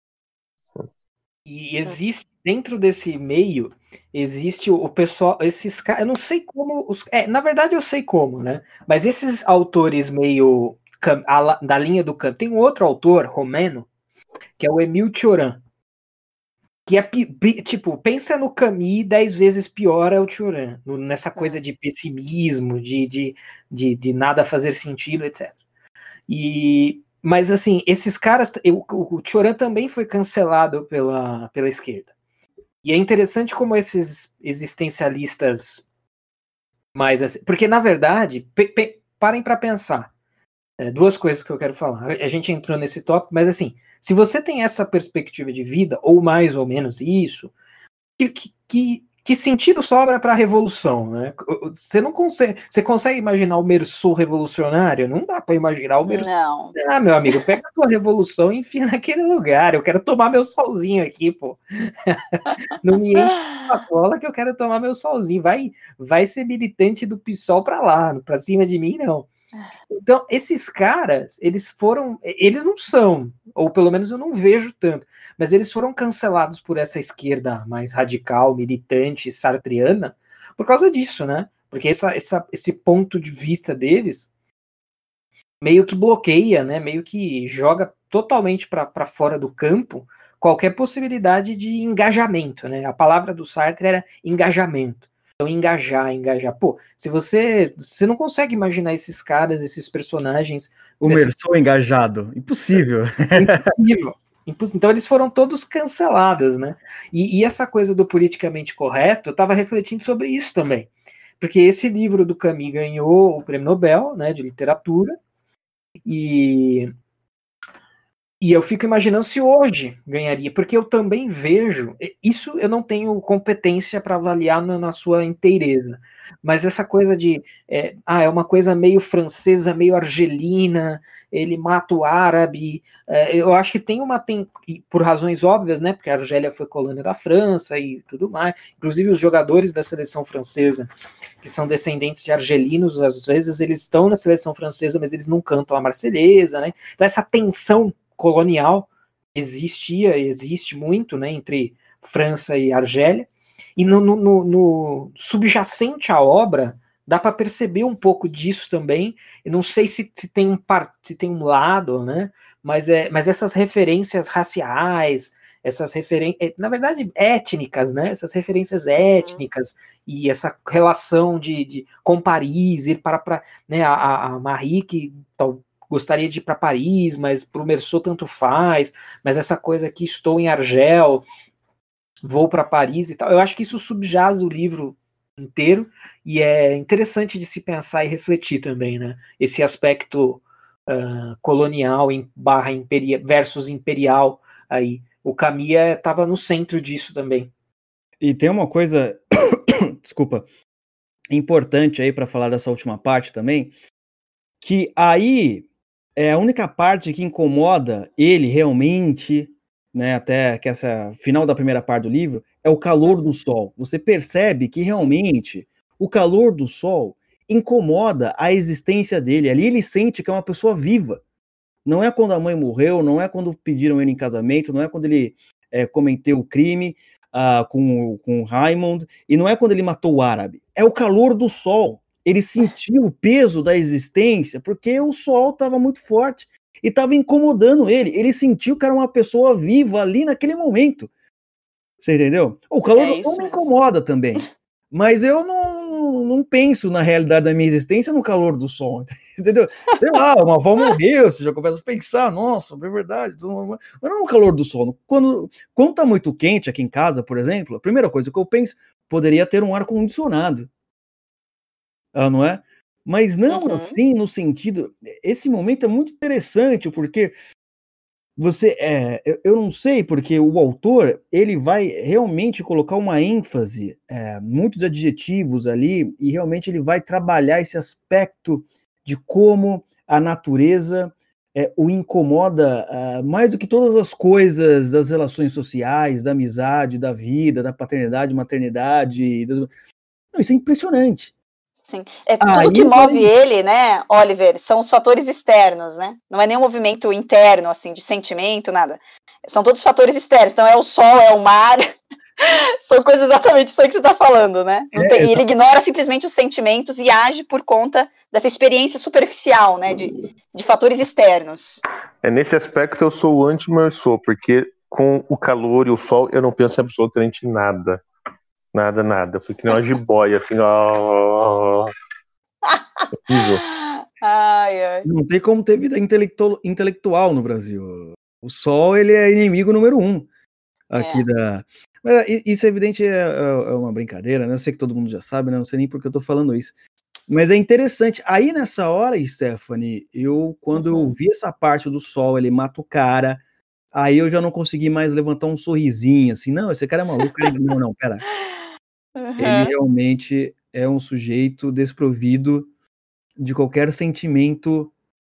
Speaker 4: E existe, dentro desse meio, existe o pessoal, esses caras, eu não sei como, na verdade eu sei como, né? Mas esses autores meio da linha do Camus, tem um outro autor, romeno, que é o Émile Cioran, que é, tipo, pensa no Camus 10 vezes pior é o Cioran, nessa coisa de pessimismo, de nada fazer sentido, etc. Mas, assim, esses caras... O Cioran também foi cancelado pela esquerda. E é interessante como esses existencialistas mais... Assim, porque, na verdade, parem para pensar. Duas coisas que eu quero falar. A gente entrou nesse tópico, mas, assim, se você tem essa perspectiva de vida, ou mais ou menos isso, que que sentido sobra para a revolução, né? Você não consegue, você consegue imaginar o Meursault revolucionário? Não dá para imaginar o Meursault.
Speaker 1: Não.
Speaker 4: Ah, meu amigo, pega a tua revolução e enfia naquele lugar. Eu quero tomar meu solzinho aqui, pô. Não me enche a cola que eu quero tomar meu solzinho. Vai ser militante do PSOL para lá, para cima de mim não. Então, esses caras, eles não são, ou pelo menos eu não vejo tanto, mas eles foram cancelados por essa esquerda mais radical, militante, sartreana, por causa disso, né? Porque esse ponto de vista deles meio que bloqueia, né? Meio que joga totalmente para fora do campo qualquer possibilidade de engajamento, né? A palavra do Sartre era engajamento. Então, engajar. Pô, se você não consegue imaginar esses caras, esses personagens...
Speaker 3: O Meursault engajado. Impossível.
Speaker 4: Impossível. Então, eles foram todos cancelados, né? E essa coisa do politicamente correto, eu estava refletindo sobre isso também. Porque esse livro do Camus ganhou o Prêmio Nobel, né, de literatura, e eu fico imaginando se hoje ganharia, porque eu também vejo, isso eu não tenho competência para avaliar na sua inteireza, mas essa coisa de, é uma coisa meio francesa, meio argelina, ele mata o árabe, eu acho que tem por razões óbvias, né, porque a Argélia foi colônia da França e tudo mais, inclusive os jogadores da seleção francesa, que são descendentes de argelinos, às vezes eles estão na seleção francesa, mas eles não cantam a Marselhesa, né, então essa tensão colonial existe muito, né, entre França e Argélia, e no subjacente à obra dá para perceber um pouco disso também. Eu não sei se tem um lado, né, mas essas referências raciais, essas referências, na verdade, étnicas, né, essas referências étnicas e essa relação com Paris, ir para né, a Marie, que gostaria de ir para Paris, mas para o Meursault tanto faz, mas essa coisa aqui, estou em Argel, vou para Paris e tal, eu acho que isso subjaz o livro inteiro, e é interessante de se pensar e refletir também, né, esse aspecto colonial versus imperial, aí, o Camus estava no centro disso também.
Speaker 3: E tem uma coisa, desculpa, importante aí para falar dessa última parte também, que aí é a única parte que incomoda ele realmente, né, até que essa final da primeira parte do livro, é o calor do sol. Você percebe que realmente o calor do sol incomoda a existência dele. Ali ele sente que é uma pessoa viva. Não é quando a mãe morreu, não é quando pediram ele em casamento, não é quando ele cometeu o crime com o Raymond, e não é quando ele matou o árabe. É o calor do sol. Ele sentiu o peso da existência porque o sol estava muito forte e estava incomodando ele. Ele sentiu que era uma pessoa viva ali naquele momento. Você entendeu? O calor do sol me incomoda também. Mas eu não penso na realidade da minha existência no calor do sol, entendeu? Sei lá, uma avó morreu, você já começa a pensar, nossa, é verdade. Mas não no calor do sol. Quando tá muito quente aqui em casa, por exemplo, a primeira coisa que eu penso, poderia ter um ar-condicionado. Não é? Mas não assim no sentido... Esse momento é muito interessante, porque eu não sei, porque o autor, ele vai realmente colocar uma ênfase, muitos adjetivos ali, e realmente ele vai trabalhar esse aspecto de como a natureza o incomoda mais do que todas as coisas das relações sociais, da amizade, da vida, da paternidade, maternidade. Não, isso é impressionante.
Speaker 1: Sim. Tudo que move ele, né, Oliver, são os fatores externos, né? Não é nenhum movimento interno, assim, de sentimento, nada. São todos fatores externos. Então é o sol, é o mar. São coisas exatamente isso aí que você está falando, né? E ele ignora simplesmente os sentimentos e age por conta dessa experiência superficial, né, de fatores externos.
Speaker 2: Nesse aspecto eu sou o anti-Meursault, porque com o calor e o sol eu não penso em absolutamente nada. Nada. Eu fui que nem uma jiboia, assim, ó.
Speaker 1: Ai.
Speaker 3: Não tem como ter vida intelectual no Brasil. O sol, ele é inimigo número 1 aqui da... Mas isso é evidente, é uma brincadeira, né? Eu sei que todo mundo já sabe, né? Não sei nem por que eu tô falando isso. Mas é interessante. Aí, nessa hora, Stephanie, quando eu vi essa parte do sol, ele mata o cara, aí eu já não consegui mais levantar um sorrisinho, assim, não, esse cara é maluco. Não, pera. ele realmente é um sujeito desprovido de qualquer sentimento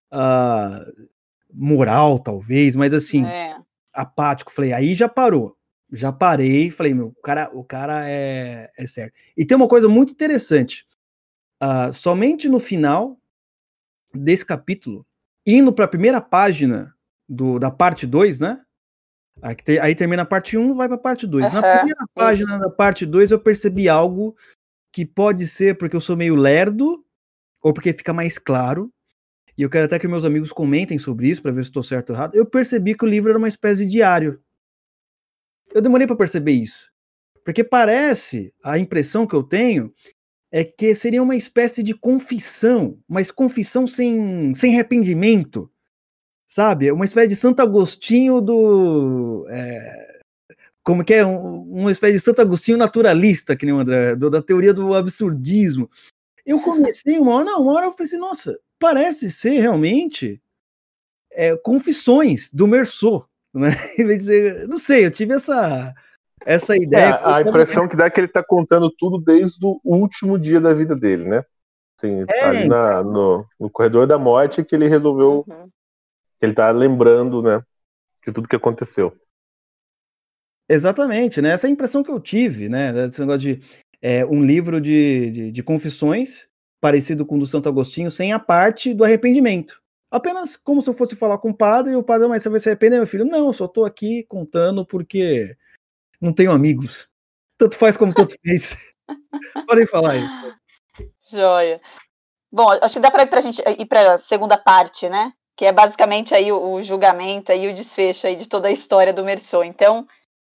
Speaker 3: moral, talvez, mas assim, apático. Falei, aí já parou. Já parei, falei, meu, o cara é sério. E tem uma coisa muito interessante. Somente no final desse capítulo, indo para a primeira página da parte 2, né? Aí termina a parte 1, vai para a parte 2. Na primeira página da parte 2, eu percebi algo que pode ser porque eu sou meio lerdo, ou porque fica mais claro, e eu quero até que meus amigos comentem sobre isso, para ver se estou certo ou errado. Eu percebi que o livro era uma espécie de diário. Eu demorei para perceber isso, porque parece, a impressão que eu tenho, é que seria uma espécie de confissão, mas confissão sem arrependimento, sabe? Uma espécie de Santo Agostinho como que é? Uma espécie de Santo Agostinho naturalista, que nem o André, da teoria do absurdismo. Eu comecei uma hora eu pensei, nossa, parece ser realmente confissões do Meursault, né? Em vez de dizer, não sei, eu tive essa ideia.
Speaker 2: A impressão que dá é que ele está contando tudo desde o último dia da vida dele, né? Assim, ali no corredor da morte que ele resolveu, ele está lembrando, né, de tudo que aconteceu.
Speaker 3: Exatamente, né? Essa é a impressão que eu tive, né? Esse negócio de um livro de confissões parecido com o do Santo Agostinho, sem a parte do arrependimento. Apenas como se eu fosse falar com o padre, e o padre, mas você vai se arrepender, meu filho? Não, eu só tô aqui contando porque não tenho amigos. Tanto faz como tanto fez. Podem falar aí.
Speaker 1: Joia. Bom, acho que dá para gente ir para a segunda parte, né? Que é basicamente aí o julgamento e o desfecho aí de toda a história do Meursault. Então,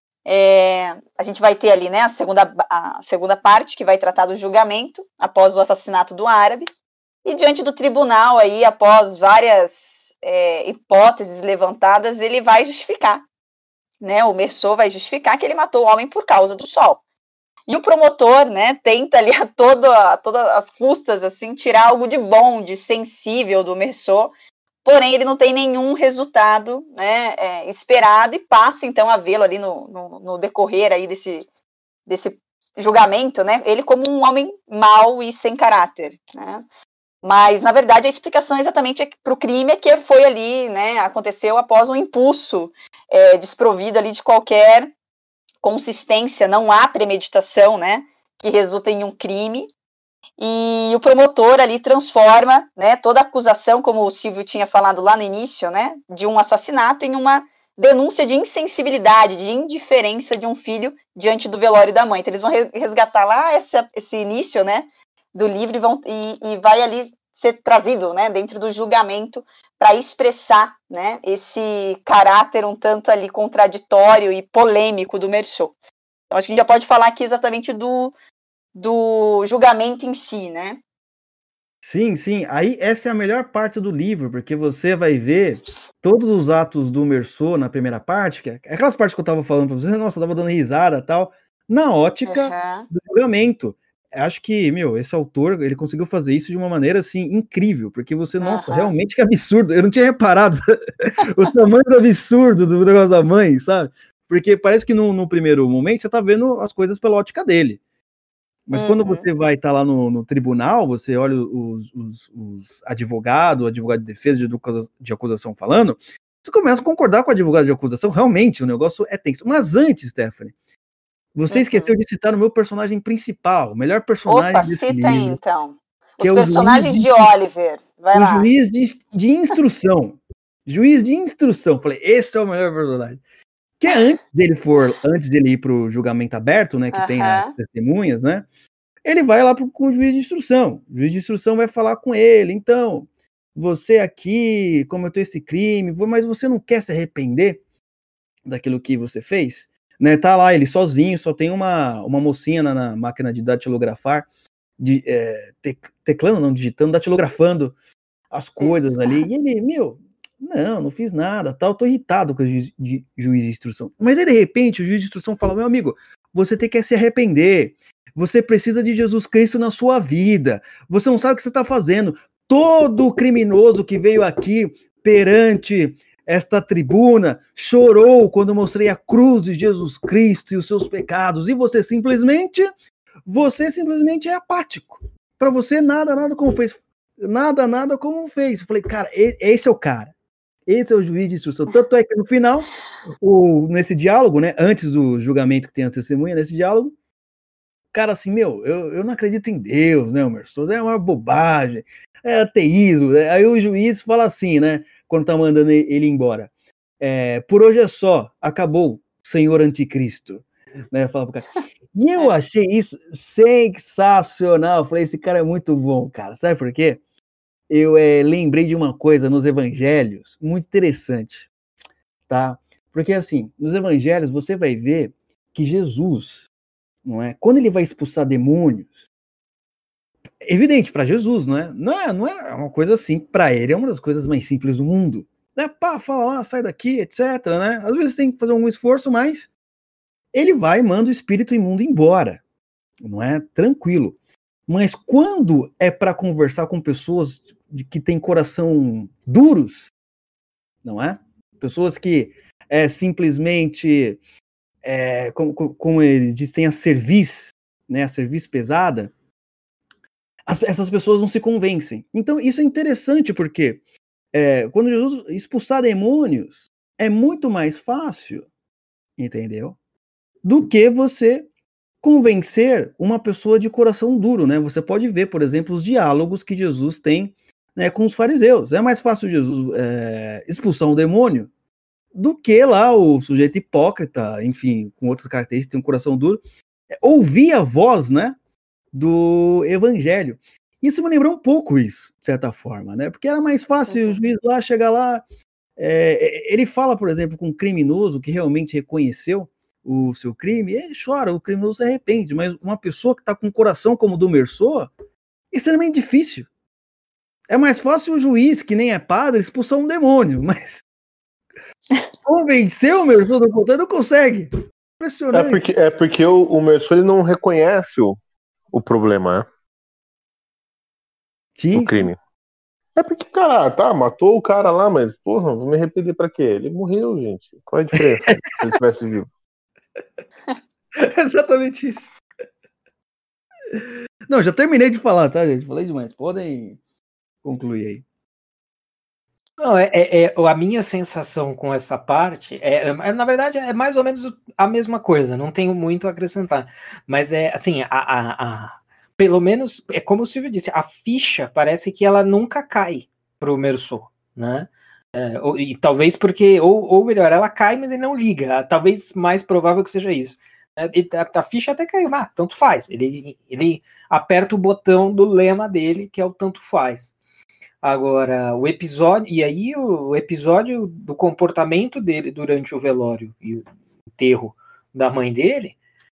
Speaker 1: a gente vai ter ali, né, a segunda parte, que vai tratar do julgamento após o assassinato do árabe, e diante do tribunal aí, após várias hipóteses levantadas, ele vai justificar, né, o Meursault vai justificar que ele matou o homem por causa do sol. E o promotor, né, tenta ali a todas as custas, assim, tirar algo de bom, de sensível do Meursault, porém ele não tem nenhum resultado, né, esperado, e passa então a vê-lo ali no decorrer aí desse julgamento, né, ele como um homem mau e sem caráter, né. Mas, na verdade, a explicação exatamente para o crime é que foi ali, né, aconteceu após um impulso desprovido ali de qualquer consistência, não há premeditação, né, que resulta em um crime. E o promotor ali transforma, né, toda a acusação, como o Silvio tinha falado lá no início, né, de um assassinato em uma denúncia de insensibilidade, de indiferença de um filho diante do velório da mãe. Então eles vão resgatar lá esse início, né, do livro e vai ali ser trazido, né, dentro do julgamento para expressar, né, esse caráter um tanto ali contraditório e polêmico do Meursault. Então acho que a gente já pode falar aqui exatamente do julgamento em si, né?
Speaker 3: Sim. Aí essa é a melhor parte do livro, porque você vai ver todos os atos do Meursault na primeira parte, que é aquelas partes que eu tava falando pra você, nossa, eu tava dando risada e tal, na ótica do julgamento. Acho que, esse autor, ele conseguiu fazer isso de uma maneira, assim, incrível, porque você, nossa, realmente que absurdo, eu não tinha reparado o tamanho do absurdo do negócio da mãe, sabe? Porque parece que no primeiro momento você tá vendo as coisas pela ótica dele. Mas quando você vai estar lá no tribunal, você olha os advogado de defesa, de acusação falando, você começa a concordar com o advogado de acusação, realmente, o negócio é tenso. Mas antes, Stephanie, você esqueceu de citar o meu personagem principal, o melhor personagem desse livro.
Speaker 1: Cita aí, então. Os personagens de Oliver. Vai lá.
Speaker 3: O juiz de instrução. Juiz de instrução. Falei, esse é o melhor personagem. Que é antes dele ir pro julgamento aberto, né, que tem as testemunhas, né, ele vai lá com o juiz de instrução. O juiz de instrução vai falar com ele, então, você aqui cometeu esse crime, mas você não quer se arrepender daquilo que você fez? Né, tá lá ele sozinho, só tem uma mocinha na máquina de datilografar, digitando, datilografando as coisas ali, e ele, não fiz nada, tal, tô irritado com o juiz de instrução. Mas aí, de repente, o juiz de instrução fala, meu amigo, você tem que se arrepender, você precisa de Jesus Cristo na sua vida, você não sabe o que você está fazendo, todo criminoso que veio aqui perante esta tribuna chorou quando eu mostrei a cruz de Jesus Cristo e os seus pecados, e você simplesmente você simplesmente é apático. Para você, nada como fez. Nada como fez. Eu falei, cara, esse é o cara. Esse é o juiz de instrução. Tanto é que no final, nesse diálogo, né, antes do julgamento que tem a testemunha, nesse diálogo, cara, assim, eu não acredito em Deus, né, Emerson? É uma bobagem, é ateísmo. Aí o juiz fala assim, né, quando tá mandando ele embora, por hoje é só, acabou, Senhor Anticristo. Né, fala pro cara. E eu achei isso sensacional. Eu falei, esse cara é muito bom, cara. Sabe por quê? Eu lembrei de uma coisa nos evangelhos muito interessante, tá? Porque assim, nos evangelhos você vai ver que Jesus, não é? Quando ele vai expulsar demônios, é evidente para Jesus, não é? Não é uma coisa assim, para ele é uma das coisas mais simples do mundo. Né? Pá, fala lá, sai daqui, etc, né? Às vezes tem que fazer um esforço, mas ele vai e manda o espírito imundo embora. Não é? Tranquilo. Mas quando é para conversar com pessoas que têm coração duros, não é? Pessoas que simplesmente, como ele diz, tem a cerviz, né? A cerviz pesada, essas pessoas não se convencem. Então isso é interessante porque quando Jesus expulsar demônios, é muito mais fácil, entendeu? Do que você convencer uma pessoa de coração duro, né? Você pode ver, por exemplo, os diálogos que Jesus tem, né, com os fariseus. É mais fácil Jesus expulsar um demônio do que lá o sujeito hipócrita, enfim, com outras características, tem um coração duro, ouvir a voz, né, do evangelho. Isso me lembrou um pouco isso, de certa forma, né? Porque era mais fácil o juiz lá chegar lá, ele fala, por exemplo, com um criminoso que realmente reconheceu o seu crime, ele chora, o criminoso se arrepende, mas uma pessoa que está com um coração como o do Merceau, é extremamente difícil. É mais fácil o juiz, que nem é padre, expulsar um demônio, mas convencer o Merceau do contrário não consegue. Impressionante.
Speaker 2: É porque o Merceau, ele não reconhece o problema, né?
Speaker 3: Sim,
Speaker 2: o crime. Sim. É porque, cara, matou o cara lá, mas, porra, vou me arrepender pra quê? Ele morreu, gente. Qual é a diferença se ele tivesse vivo?
Speaker 3: Exatamente isso. Não, já terminei de falar, tá, gente? Falei demais. Podem concluir aí.
Speaker 4: Não, a minha sensação com essa parte na verdade, é mais ou menos a mesma coisa, não tenho muito a acrescentar. Mas assim, pelo menos, é como o Silvio disse, a ficha parece que ela nunca cai pro Merceau, né? E talvez porque, ou melhor, ela cai, mas ele não liga. Talvez mais provável que seja isso. A ficha até caiu, tanto faz. Ele aperta o botão do lema dele, que é o tanto faz. Agora, o episódio do comportamento dele durante o velório e o enterro da mãe dele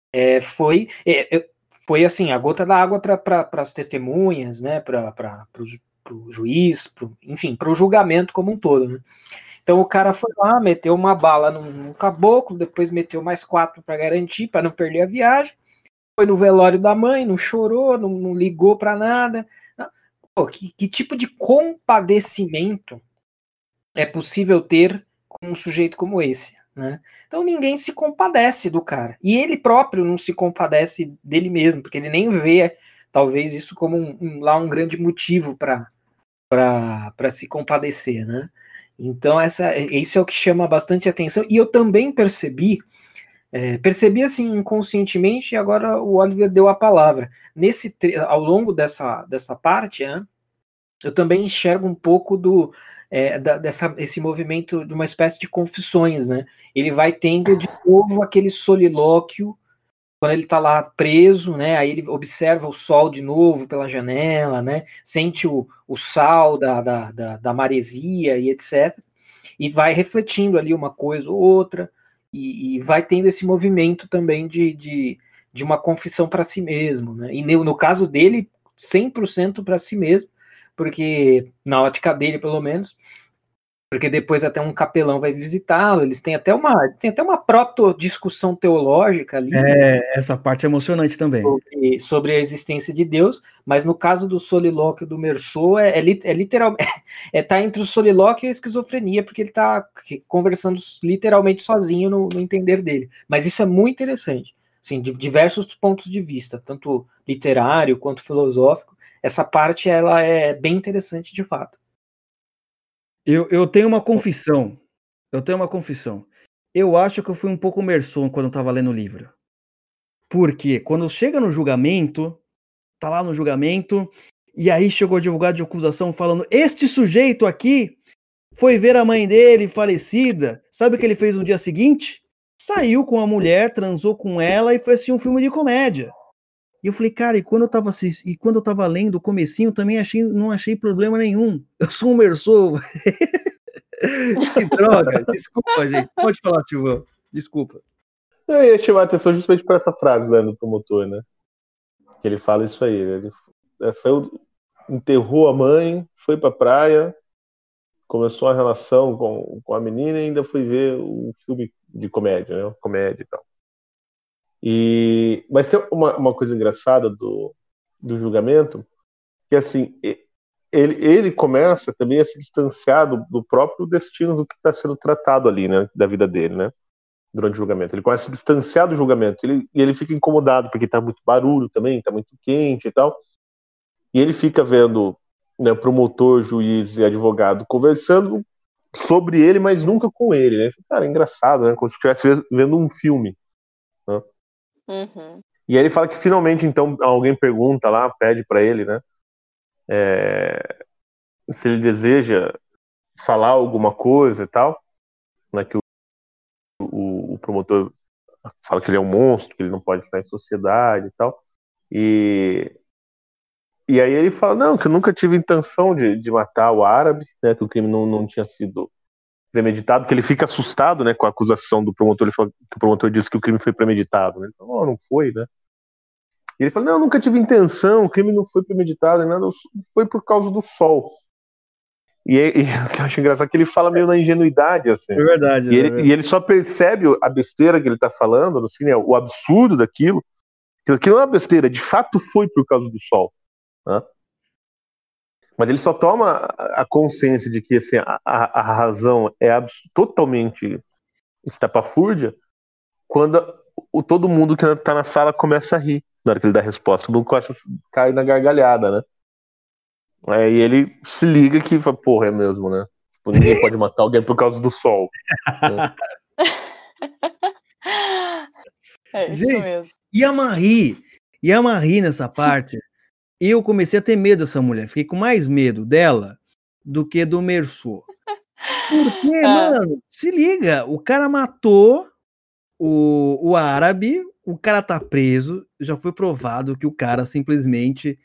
Speaker 4: foi assim, a gota d'água para as testemunhas, né, para o juiz, enfim, para o julgamento como um todo, né? Então o cara foi lá, meteu uma bala no caboclo, depois meteu mais 4 para garantir, para não perder a viagem, foi no velório da mãe, não chorou, não ligou para nada. Pô, que tipo de compadecimento é possível ter com um sujeito como esse, né? Então ninguém se compadece do cara. E ele próprio não se compadece dele mesmo, porque ele nem vê, talvez, isso como um grande motivo para se compadecer, né? Então isso é o que chama bastante atenção. E eu também percebi assim inconscientemente, e agora o Oliver deu a palavra. Ao longo dessa parte, né, eu também enxergo um pouco esse movimento de uma espécie de confissões, né? Ele vai tendo de novo aquele solilóquio quando ele está lá preso, né? Aí ele observa o sol de novo pela janela, né? Sente o sal da maresia e etc. E vai refletindo ali uma coisa ou outra e vai tendo esse movimento também de uma confissão para si mesmo, né? E no caso dele, 100% para si mesmo, porque na ótica dele, pelo menos, porque depois até um capelão vai visitá-lo, eles têm até uma proto-discussão teológica ali.
Speaker 3: Essa parte é emocionante também.
Speaker 4: Sobre a existência de Deus, mas no caso do solilóquio do Merceau, literalmente, tá entre o solilóquio e a esquizofrenia, porque ele tá conversando literalmente sozinho no entender dele. Mas isso é muito interessante. assim, de diversos pontos de vista, tanto literário quanto filosófico. Essa parte, ela é bem interessante de fato.
Speaker 3: Eu tenho uma confissão. Eu acho que eu fui um pouco Merson quando eu estava lendo o livro. Porque quando chega no julgamento, tá lá no julgamento, e aí chegou o advogado de acusação falando: este sujeito aqui foi ver a mãe dele falecida. Sabe o que ele fez no dia seguinte? Saiu com a mulher, transou com ela e foi assistir um filme de comédia. E eu falei, cara, e quando eu tava lendo o comecinho, também não achei problema nenhum. Eu sou um Merson. Que droga. Desculpa, gente. Pode falar, Silvão. Desculpa.
Speaker 2: Eu ia chamar a atenção justamente para essa frase, né, do promotor, né? Que ele fala isso aí. Ele saiu, enterrou a mãe, foi pra praia, começou a relação com a menina e ainda foi ver um filme de comédia, né? Comédia e tal. Mas tem uma coisa engraçada do julgamento, que assim, ele começa também a se distanciar do próprio destino do que está sendo tratado ali, né, da vida dele, né, durante o julgamento. Ele começa a se distanciar do julgamento, e ele fica incomodado, porque está muito barulho também, está muito quente e tal, e ele fica vendo, né, promotor, juiz e advogado conversando sobre ele, mas nunca com ele, né. Cara, é engraçado, né, como se estivesse vendo um filme, né?
Speaker 1: Uhum.
Speaker 2: E aí ele fala que finalmente, então, alguém pergunta lá, pede para ele, né, se ele deseja falar alguma coisa e tal, né, que o promotor fala que ele é um monstro, que ele não pode estar em sociedade e tal, e aí ele fala, não, que eu nunca tive intenção de matar o árabe, né, que o crime não tinha sido premeditado, que ele fica assustado, né, com a acusação do promotor. Ele fala que o promotor disse que o crime foi premeditado, né? Ele fala, não foi, né? E ele fala, não, eu nunca tive intenção, o crime não foi premeditado, nem nada, foi por causa do sol. E o que eu acho engraçado é que ele fala meio na ingenuidade, assim.
Speaker 3: É verdade.
Speaker 2: E ele só percebe a besteira que ele tá falando, assim, né, o absurdo daquilo, que aquilo não é uma besteira, de fato foi por causa do sol, né? Mas ele só toma a consciência de que assim, a razão é totalmente estapafúrdia quando todo mundo que tá na sala começa a rir na hora que ele dá a resposta. Todo mundo cai na gargalhada, né? Aí ele se liga que, porra, é mesmo, né? Tipo, ninguém pode matar alguém por causa do sol. Né?
Speaker 1: É isso
Speaker 3: Gente,
Speaker 1: mesmo.
Speaker 3: E a Marie nessa parte, eu comecei a ter medo dessa mulher. Fiquei com mais medo dela do que do Merson. Porque, mano, se liga, o cara matou o árabe, o cara tá preso, já foi provado que o cara simplesmente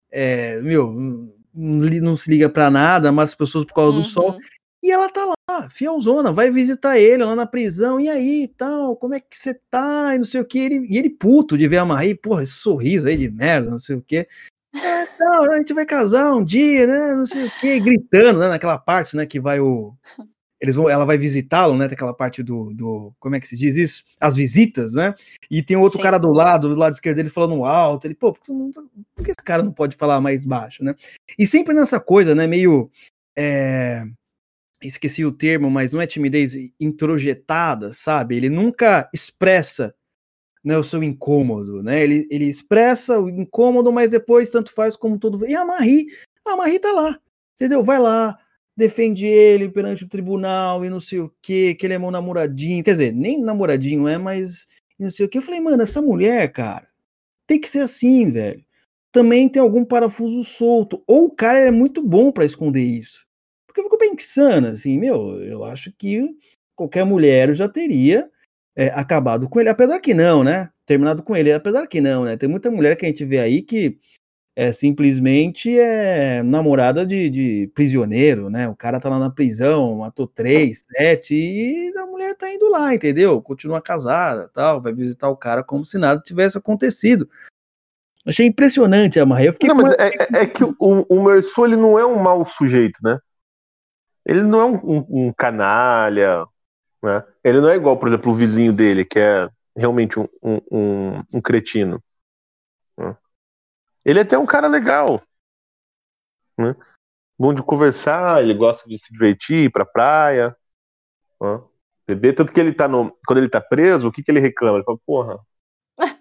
Speaker 3: não se liga pra nada, mas as pessoas por causa do sol, e ela tá lá, fielzona, vai visitar ele lá na prisão, e aí, tal, como é que você tá, e não sei o que, e ele puto de ver a Marie, porra, esse sorriso aí de merda, não sei o que, a gente vai casar um dia, né, não sei o que, gritando, né, naquela parte, né, que vai ela vai visitá-lo, né, daquela parte do como é que se diz isso? As visitas, né, e tem outro cara do lado esquerdo dele falando alto, ele, pô, por que esse cara não pode falar mais baixo, né? E sempre nessa coisa, né, meio, esqueci o termo, mas não é timidez introjetada, sabe? Ele nunca expressa, né, o seu incômodo, né, ele expressa o incômodo, mas depois tanto faz como todo... E a Marie tá lá, entendeu? Vai lá, defende ele perante o tribunal e não sei o que ele é meu namoradinho, quer dizer, nem namoradinho é, mas não sei o que. Eu falei, mano, essa mulher, cara, tem que ser assim, velho. Também tem algum parafuso solto, ou o cara é muito bom pra esconder isso. Porque eu fico pensando, assim, eu acho que qualquer mulher já teria acabado com ele, apesar que não, né? Terminado com ele, apesar que não, né? Tem muita mulher que a gente vê aí que simplesmente namorada de prisioneiro, né? O cara tá lá na prisão, matou 3, 7, e a mulher tá indo lá, entendeu? Continua casada, tal, vai visitar o cara como se nada tivesse acontecido. Achei impressionante a Marie.
Speaker 2: Não, mas é que o Merson, ele não é um mau sujeito, né? Ele não é um canalha, né? Ele não é igual, por exemplo, o vizinho dele, que é realmente um cretino, né? Ele é até um cara legal, né? Bom de conversar, ele gosta de se divertir, ir pra praia, né? Beber, tanto que ele tá quando ele tá preso, o que ele reclama? Ele fala, porra,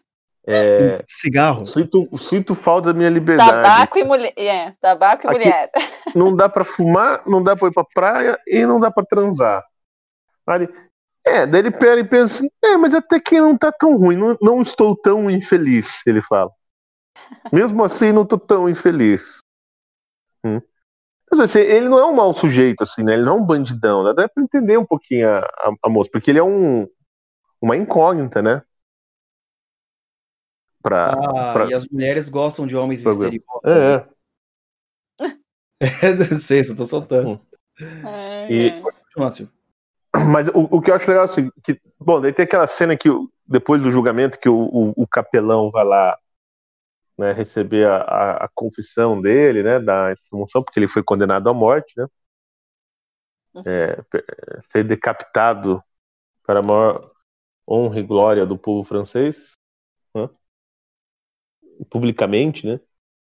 Speaker 3: Cigarro.
Speaker 2: Sinto falta da minha liberdade.
Speaker 1: Tabaco e mulher. Tabaco e mulher.
Speaker 2: Não dá pra fumar, não dá pra ir pra praia e não dá pra transar. Daí ele pega e pensa assim, mas até que não tá tão ruim, não estou tão infeliz, ele fala. Mesmo assim, não tô tão infeliz. Mas assim, ele não é um mau sujeito, assim, né? Ele não é um bandidão, né? Dá pra entender um pouquinho a moça, porque ele é uma incógnita, né?
Speaker 3: E as mulheres gostam de homens misteriosos. Não sei, só tô soltando.
Speaker 2: Mas o que eu acho legal é assim, daí tem aquela cena que depois do julgamento que o capelão vai lá, né, receber a confissão dele, né, da extremaunção, porque ele foi condenado à morte, né, ser decapitado para a maior honra e glória do povo francês, né, publicamente, né,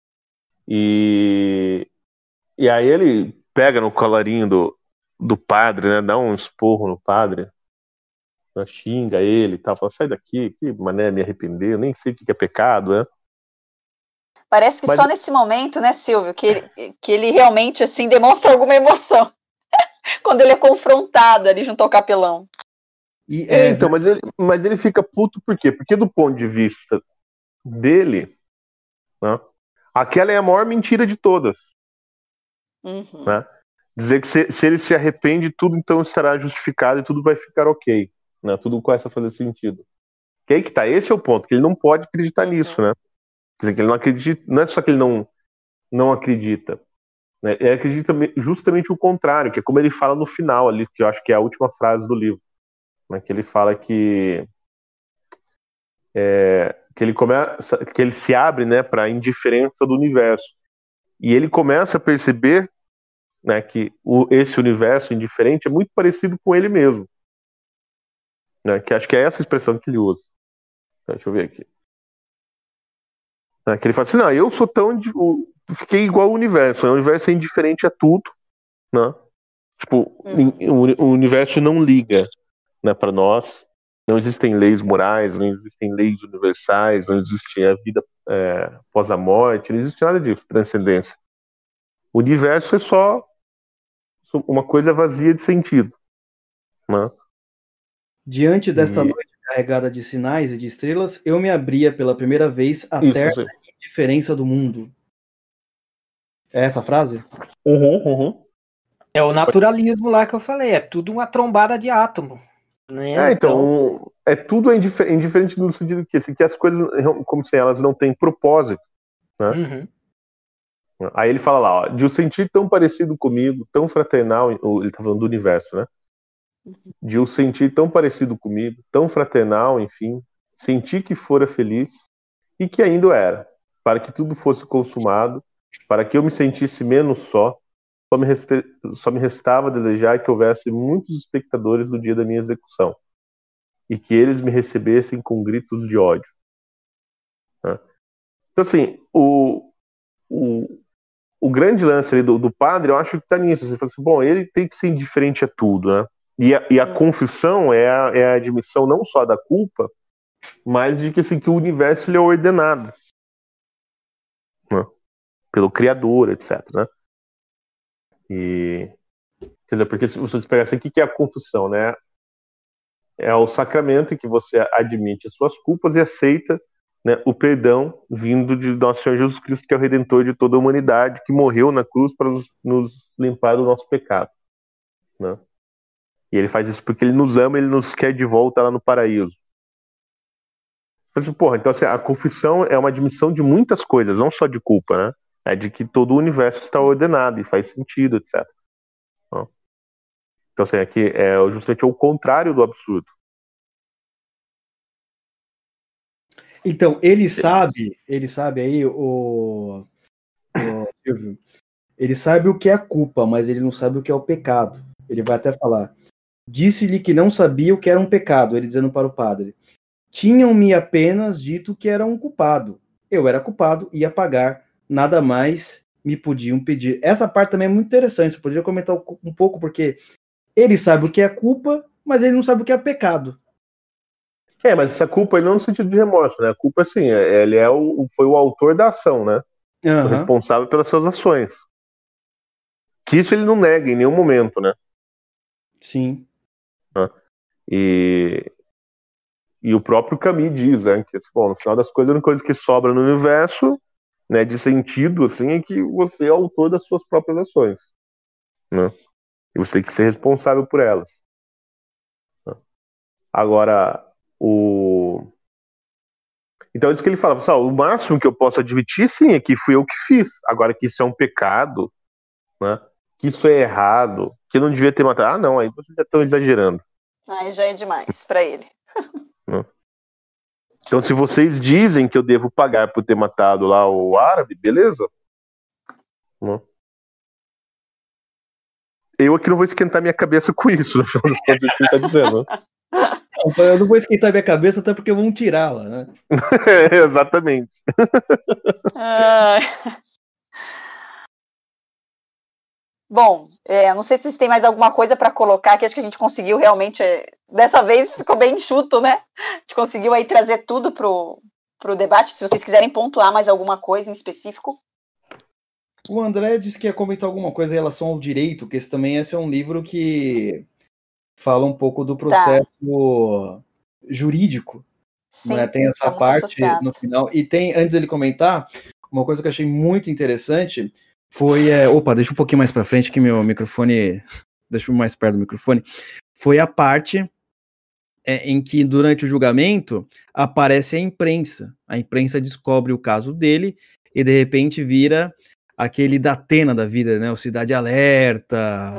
Speaker 2: e aí ele pega no colarinho do padre, né, dá um esporro no padre, né, xinga ele e tal, fala, sai daqui, que mané me arrepender, eu nem sei o que é pecado, né.
Speaker 1: Parece que só nesse momento, né, Silvio, que ele realmente, assim, demonstra alguma emoção. Quando ele é confrontado ali junto ao capelão.
Speaker 2: Então, mas ele fica puto por quê? Porque do ponto de vista dele, né, aquela é a maior mentira de todas. Né? Dizer que se ele se arrepende, tudo então estará justificado e tudo vai ficar ok. Né? Tudo começa a fazer sentido. Que aí que tá, esse é o ponto, que ele não pode acreditar nisso, né? Quer dizer, que ele não acredita, não é só que ele não acredita, né? Ele acredita justamente o contrário, que é como ele fala no final ali, que eu acho que é a última frase do livro, né? Que ele fala que ele se abre, né, para a indiferença do universo, e ele começa a perceber, né, que esse universo indiferente é muito parecido com ele mesmo, né? Que acho que é essa expressão que ele usa. Deixa eu ver aqui. Que ele fala assim, não, eu sou fiquei igual ao universo, né? O universo é indiferente a tudo, né? Tipo, o universo não liga, né, para nós, não existem leis morais, não existem leis universais, não existe a vida após a morte, não existe nada disso, transcendência. O universo é só uma coisa vazia de sentido, né?
Speaker 3: Diante desta noite carregada de sinais e de estrelas, eu me abria pela primeira vez à terna indiferença do mundo. É essa a frase?
Speaker 4: É o naturalismo lá que eu falei, é tudo uma trombada de átomo. Né?
Speaker 2: Então é tudo indiferente no sentido que, assim, que as coisas, como se elas não têm propósito, né? Aí ele fala lá, ó, de o sentir tão parecido comigo, tão fraternal, ele tá falando do universo, né? De o sentir tão parecido comigo, tão fraternal, enfim, sentir que fora feliz e que ainda o era, para que tudo fosse consumado, para que eu me sentisse menos só me restava desejar que houvesse muitos espectadores no dia da minha execução e que eles me recebessem com gritos de ódio. Né? Então, assim, o grande lance ali do padre, eu acho que está nisso. Você fala assim, bom, ele tem que ser indiferente a tudo, né? E a confissão é a admissão não só da culpa, mas de que, assim, que o universo ele é ordenado, né? Pelo Criador, etc., né? Quer dizer, porque se você pegar assim, o que é a confissão, né? É o sacramento em que você admite as suas culpas e aceita, né, o perdão vindo de nosso Senhor Jesus Cristo, que é o Redentor de toda a humanidade, que morreu na cruz para nos limpar do nosso pecado, né? E ele faz isso porque ele nos ama, ele nos quer de volta lá no paraíso. Então assim, a confissão é uma admissão de muitas coisas, não só de culpa, né? É de que todo o universo está ordenado e faz sentido, etc. Então, assim, aqui é justamente o contrário do absurdo.
Speaker 3: Então, ele sabe aí, o Silvio, ele sabe o que é a culpa, mas ele não sabe o que é o pecado. Ele vai até falar, disse-lhe que não sabia o que era um pecado, ele dizendo para o padre, tinham-me apenas dito que era um culpado. Eu era culpado, ia pagar, nada mais me podiam pedir. Essa parte também é muito interessante, você poderia comentar um pouco, porque ele sabe o que é culpa, mas ele não sabe o que é pecado.
Speaker 2: Mas essa culpa aí não no sentido de remorso, né? A culpa, assim, ele foi o autor da ação, né? O responsável pelas suas ações. Que isso ele não nega em nenhum momento, né?
Speaker 3: Sim.
Speaker 2: E o próprio Camus diz, né, que, bom, no final das coisas, a única coisa que sobra no universo, né, de sentido, assim, é que você é autor das suas próprias ações, né? E você tem que ser responsável por elas. Agora, então, isso que ele fala, o máximo que eu posso admitir, sim, é que fui eu que fiz. Agora, que isso é um pecado, né? Que isso é errado, que eu não devia ter matado. Ah, não, aí vocês já estão exagerando.
Speaker 1: Aí já é demais para ele.
Speaker 2: Né? Então, se vocês dizem que eu devo pagar por ter matado lá o árabe, beleza? Né? Eu aqui não vou esquentar minha cabeça com isso, no final das contas, o que ele tá dizendo. Né?
Speaker 3: Eu não vou esquentar minha cabeça até porque vão tirá-la, né?
Speaker 2: Exatamente.
Speaker 1: Bom, não sei se vocês têm mais alguma coisa para colocar, que acho que a gente conseguiu realmente, dessa vez ficou bem enxuto, né? A gente conseguiu aí trazer tudo pro debate, se vocês quiserem pontuar mais alguma coisa em específico.
Speaker 3: O André disse que ia comentar alguma coisa em relação ao direito, que esse é um livro que fala um pouco do processo jurídico.
Speaker 1: Sim,
Speaker 3: né? Tem essa parte no final. E tem, antes dele comentar, uma coisa que eu achei muito interessante foi... Opa, deixa um pouquinho mais para frente que meu microfone... Deixa eu mais perto do microfone. Foi a parte em que, durante o julgamento, aparece a imprensa. A imprensa descobre o caso dele e, de repente, vira aquele Datena da vida, né? O Cidade Alerta,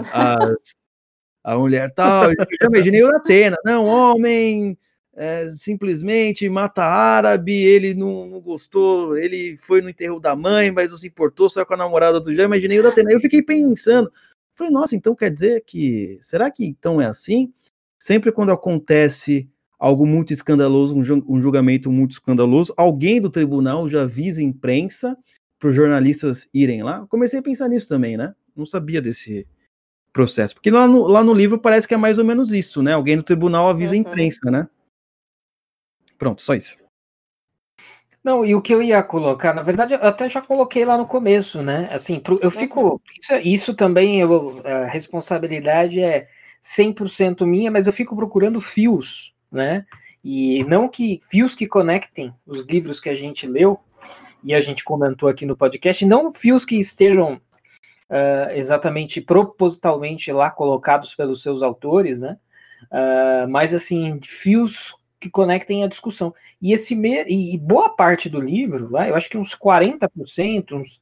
Speaker 3: a mulher tal. Eu já imaginei o Datena. Não, homem... simplesmente mata árabe, ele não gostou, ele foi no enterro da mãe, mas não se importou, saiu com a namorada do já imaginei o Datena. Eu fiquei pensando, falei, nossa, então quer dizer que, será que então é assim? Sempre quando acontece algo muito escandaloso, um julgamento muito escandaloso, alguém do tribunal já avisa a imprensa para os jornalistas irem lá? Comecei a pensar nisso também, né? Não sabia desse processo, porque lá no livro parece que é mais ou menos isso, né? Alguém do tribunal avisa a imprensa, né? Pronto, só isso.
Speaker 4: Não, e o que eu ia colocar, na verdade, eu até já coloquei lá no começo, né? Assim, eu fico. Isso também, a responsabilidade é 100% minha, mas eu fico procurando fios, né? E não que fios que conectem os livros que a gente leu e a gente comentou aqui no podcast, não fios que estejam exatamente propositalmente lá colocados pelos seus autores, né? Mas assim, fios que conectem a discussão. E boa parte do livro, eu acho que uns 40%, uns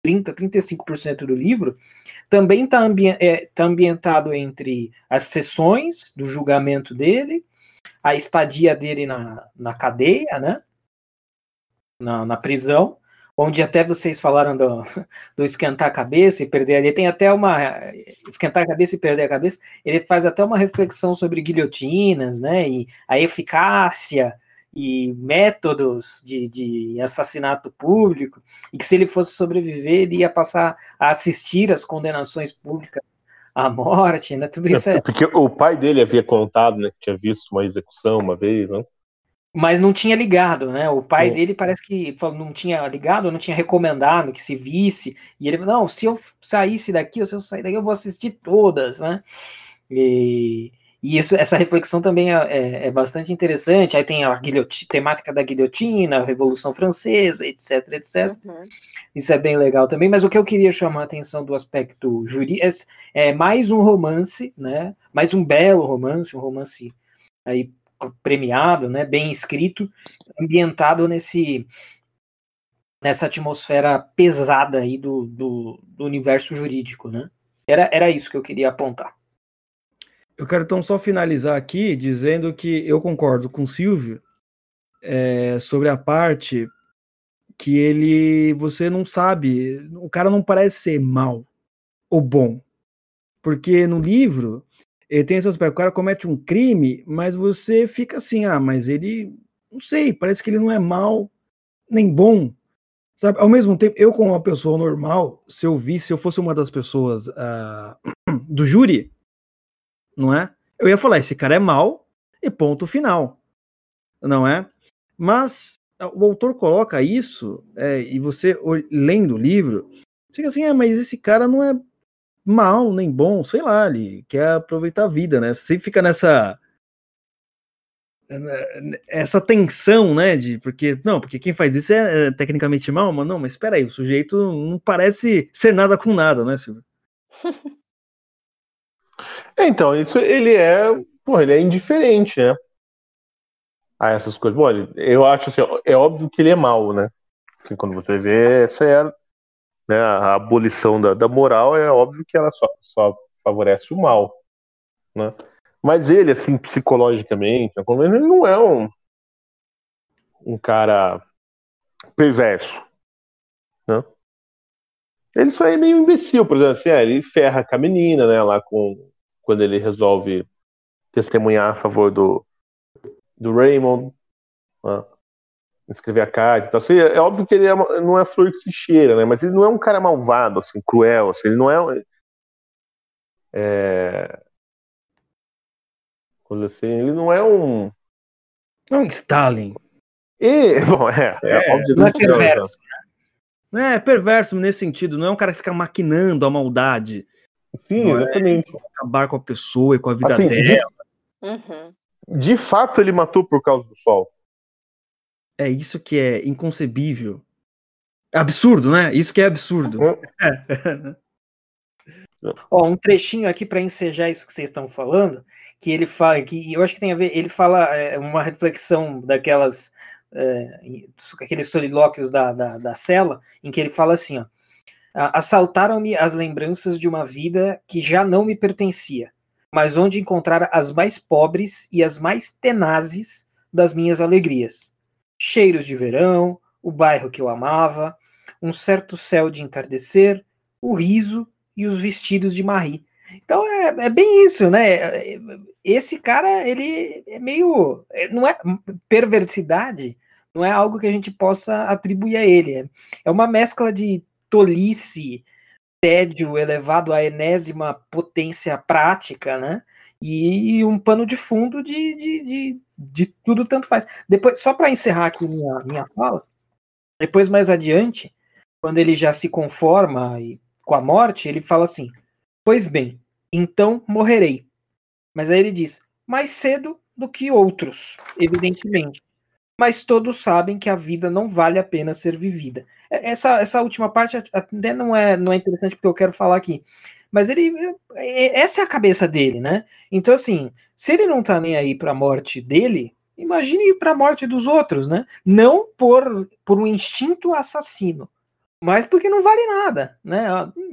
Speaker 4: 35% do livro, também está ambientado entre as sessões do julgamento dele, a estadia dele na cadeia, né? Na prisão, onde até vocês falaram do esquentar a cabeça e perder ali, tem até esquentar a cabeça e perder a cabeça, ele faz até uma reflexão sobre guilhotinas, né, e a eficácia e métodos de assassinato público, e que se ele fosse sobreviver, ele ia passar a assistir às condenações públicas à morte, né, tudo isso
Speaker 2: Porque o pai dele havia contado, né, que tinha visto uma execução uma vez, né?
Speaker 4: Mas não tinha ligado, né? O pai dele parece que não tinha ligado, não tinha recomendado que se visse. E ele falou, não, se eu saísse daqui, ou se eu sair daqui, eu vou assistir todas, né? E essa reflexão também é bastante interessante. Aí tem a temática da guilhotina, a Revolução Francesa, etc, etc. Uhum. Isso é bem legal também. Mas o que eu queria chamar a atenção do aspecto jurídico é mais um romance, né? Mais um belo romance, um romance aí premiado, né, bem escrito, ambientado nessa atmosfera pesada aí do universo jurídico, né? Era isso que eu queria apontar.
Speaker 3: Eu quero então só finalizar aqui dizendo que eu concordo com o Silvio sobre a parte que você não sabe, o cara não parece ser mal ou bom, porque no livro ele tem esse aspecto, o cara comete um crime, mas você fica assim, mas ele, não sei, parece que ele não é mal nem bom, sabe? Ao mesmo tempo, eu como uma pessoa normal, se eu fosse uma das pessoas do júri, não é? Eu ia falar, esse cara é mal e ponto final. não é? Mas o autor coloca isso, e você, lendo o livro, fica assim, mas esse cara não é mal, nem bom, sei lá, ele quer aproveitar a vida, né? Você fica essa tensão, né, porque quem faz isso é tecnicamente mal, mas não, mas espera aí, o sujeito não parece ser nada com nada, né, Silvio?
Speaker 2: Então, isso ele é indiferente, né? A essas coisas. Bom, eu acho assim, é óbvio que ele é mau, né? Assim, quando você vê, essa é né, a abolição da moral, é óbvio que ela só favorece o mal, né? Mas ele, assim, psicologicamente, ele não é um cara perverso, né? Ele só é meio imbecil, por exemplo, assim, ele ferra com a menina, né, quando ele resolve testemunhar a favor do Raymond, né, escrever a carta e tal. Assim, é óbvio que ele não é flor que se cheira, né, mas ele não é um cara malvado, assim, cruel, assim, ele não é coisa assim, ele não é um...
Speaker 3: É um Stalin.
Speaker 2: Bom, obviamente
Speaker 4: não é perverso.
Speaker 3: É perverso nesse sentido, não é um cara que fica maquinando a maldade.
Speaker 2: Sim, não exatamente.
Speaker 3: Acabar com a pessoa e com a vida
Speaker 2: assim,
Speaker 3: dela.
Speaker 2: De fato, ele matou por causa do sol.
Speaker 3: É isso que é inconcebível. É absurdo, né? Isso que é absurdo.
Speaker 4: Um trechinho aqui para ensejar isso que vocês estão falando, que ele fala, que eu acho que tem a ver, ele fala uma reflexão daquelas, aqueles solilóquios da cela, em que ele fala assim, ó, assaltaram-me as lembranças de uma vida que já não me pertencia, mas onde encontrar as mais pobres e as mais tenazes das minhas alegrias. Cheiros de verão, o bairro que eu amava, um certo céu de entardecer, o riso e os vestidos de Marie. Então é bem isso, né? Esse cara, ele é meio... Não é perversidade, não é algo que a gente possa atribuir a ele. É uma mescla de tolice, tédio elevado à enésima potência prática, né? E um pano de fundo de tudo tanto faz. Depois, só para encerrar aqui minha fala, depois mais adiante, quando ele já se conforma com a morte, ele fala assim: pois bem, então morrerei. Mas aí ele diz: mais cedo do que outros, evidentemente. Mas todos sabem que a vida não vale a pena ser vivida. Essa última parte até não é interessante porque eu quero falar aqui. Mas essa é a cabeça dele, né? Então, assim, se ele não tá nem aí para a morte dele, imagine para a morte dos outros, né? Não por um instinto assassino, mas porque não vale nada, né?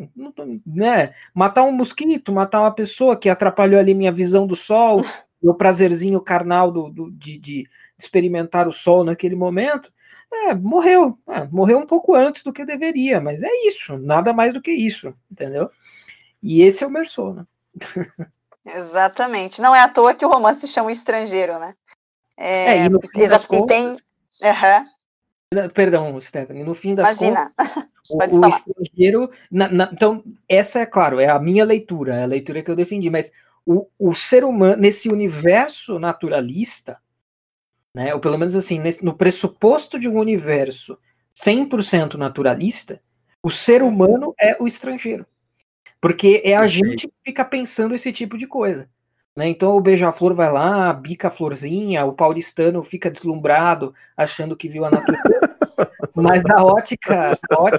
Speaker 4: Né? Matar um mosquito, matar uma pessoa que atrapalhou ali minha visão do sol, meu prazerzinho carnal de experimentar o sol naquele momento, morreu. Morreu um pouco antes do que deveria, mas é isso, nada mais do que isso, entendeu? E esse é o Meursault, né?
Speaker 1: Exatamente. Não é à toa que o romance se chama Estrangeiro, né?
Speaker 4: E no fim das contas... Perdão, Stephanie, no fim das
Speaker 1: contas...
Speaker 4: O estrangeiro... Então, essa, é claro, é a minha leitura, é a leitura que eu defendi, mas o ser humano, nesse universo naturalista, né, ou pelo menos assim, no pressuposto de um universo 100% naturalista, o ser humano é o estrangeiro. Porque é a gente que fica pensando esse tipo de coisa. Né? Então o beija-flor vai lá, bica a florzinha, o paulistano fica deslumbrado, achando que viu a natureza. Mas na ótica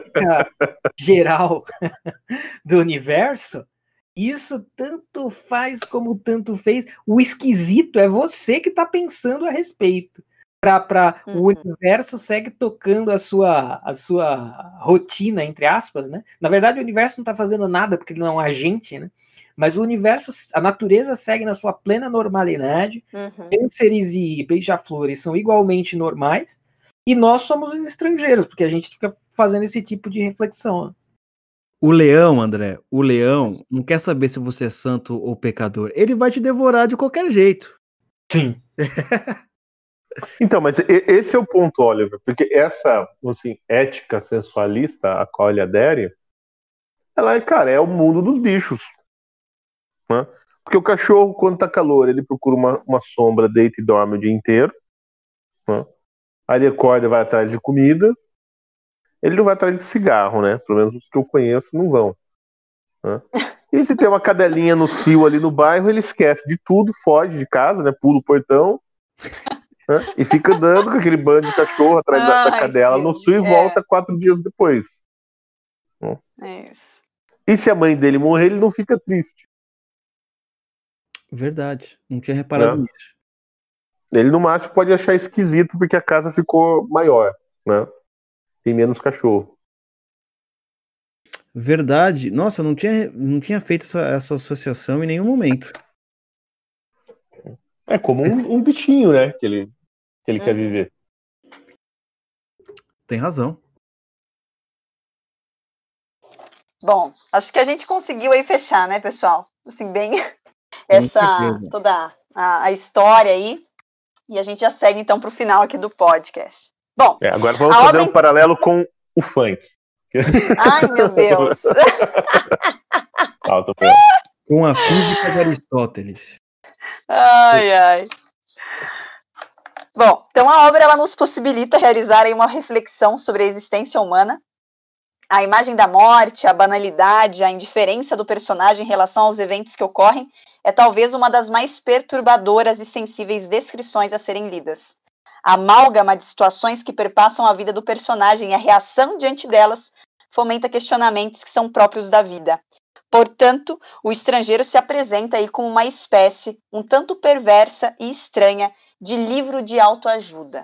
Speaker 4: geral do universo, isso tanto faz como tanto fez. O esquisito é você que está pensando a respeito. O universo segue tocando a sua rotina, entre aspas, né? Na verdade, o universo não está fazendo nada porque ele não é um agente, né? Mas o universo, a natureza segue na sua plena normalidade. Cânceres e beija-flores são igualmente normais. E nós somos os estrangeiros, porque a gente fica fazendo esse tipo de reflexão.
Speaker 3: O leão, André, o leão não quer saber se você é santo ou pecador. Ele vai te devorar de qualquer jeito.
Speaker 4: Sim.
Speaker 2: Então, mas esse é o ponto, Oliver, porque essa, assim, ética sensualista a qual ele adere, ela cara, é o mundo dos bichos, né? Porque o cachorro, quando tá calor, ele procura uma sombra, deita e dorme o dia inteiro, Aí ele acorda e vai atrás de comida. Ele não vai atrás de cigarro, né? Pelo menos os que eu conheço não vão. Né? E se tem uma cadelinha no cio ali no bairro, ele esquece de tudo, foge de casa, né? Pula o portão, né? E fica andando com aquele bando de cachorro atrás da cadela no cio e volta 4 dias depois.
Speaker 1: Isso.
Speaker 2: E se a mãe dele morrer, ele não fica triste.
Speaker 3: Verdade, não tinha reparado nisso.
Speaker 2: Ele no máximo pode achar esquisito porque a casa ficou maior, né? Tem menos cachorro.
Speaker 3: Verdade. Nossa, não tinha feito essa associação em nenhum momento.
Speaker 2: É como um bichinho, né? Que ele quer viver.
Speaker 3: Tem razão.
Speaker 1: Bom, acho que a gente conseguiu aí fechar, né, pessoal? Assim, bem toda a história aí. E a gente já segue, então, para o final aqui do podcast. Bom,
Speaker 2: agora vamos fazer um paralelo com o funk.
Speaker 1: Ai, meu Deus!
Speaker 3: Com a física de Aristóteles.
Speaker 1: Ai. Bom, então a obra ela nos possibilita realizar aí uma reflexão sobre a existência humana, a imagem da morte, a banalidade, a indiferença do personagem em relação aos eventos que ocorrem é talvez uma das mais perturbadoras e sensíveis descrições a serem lidas. A amálgama de situações que perpassam a vida do personagem e a reação diante delas fomenta questionamentos que são próprios da vida. Portanto, o estrangeiro se apresenta aí como uma espécie um tanto perversa e estranha de livro de autoajuda.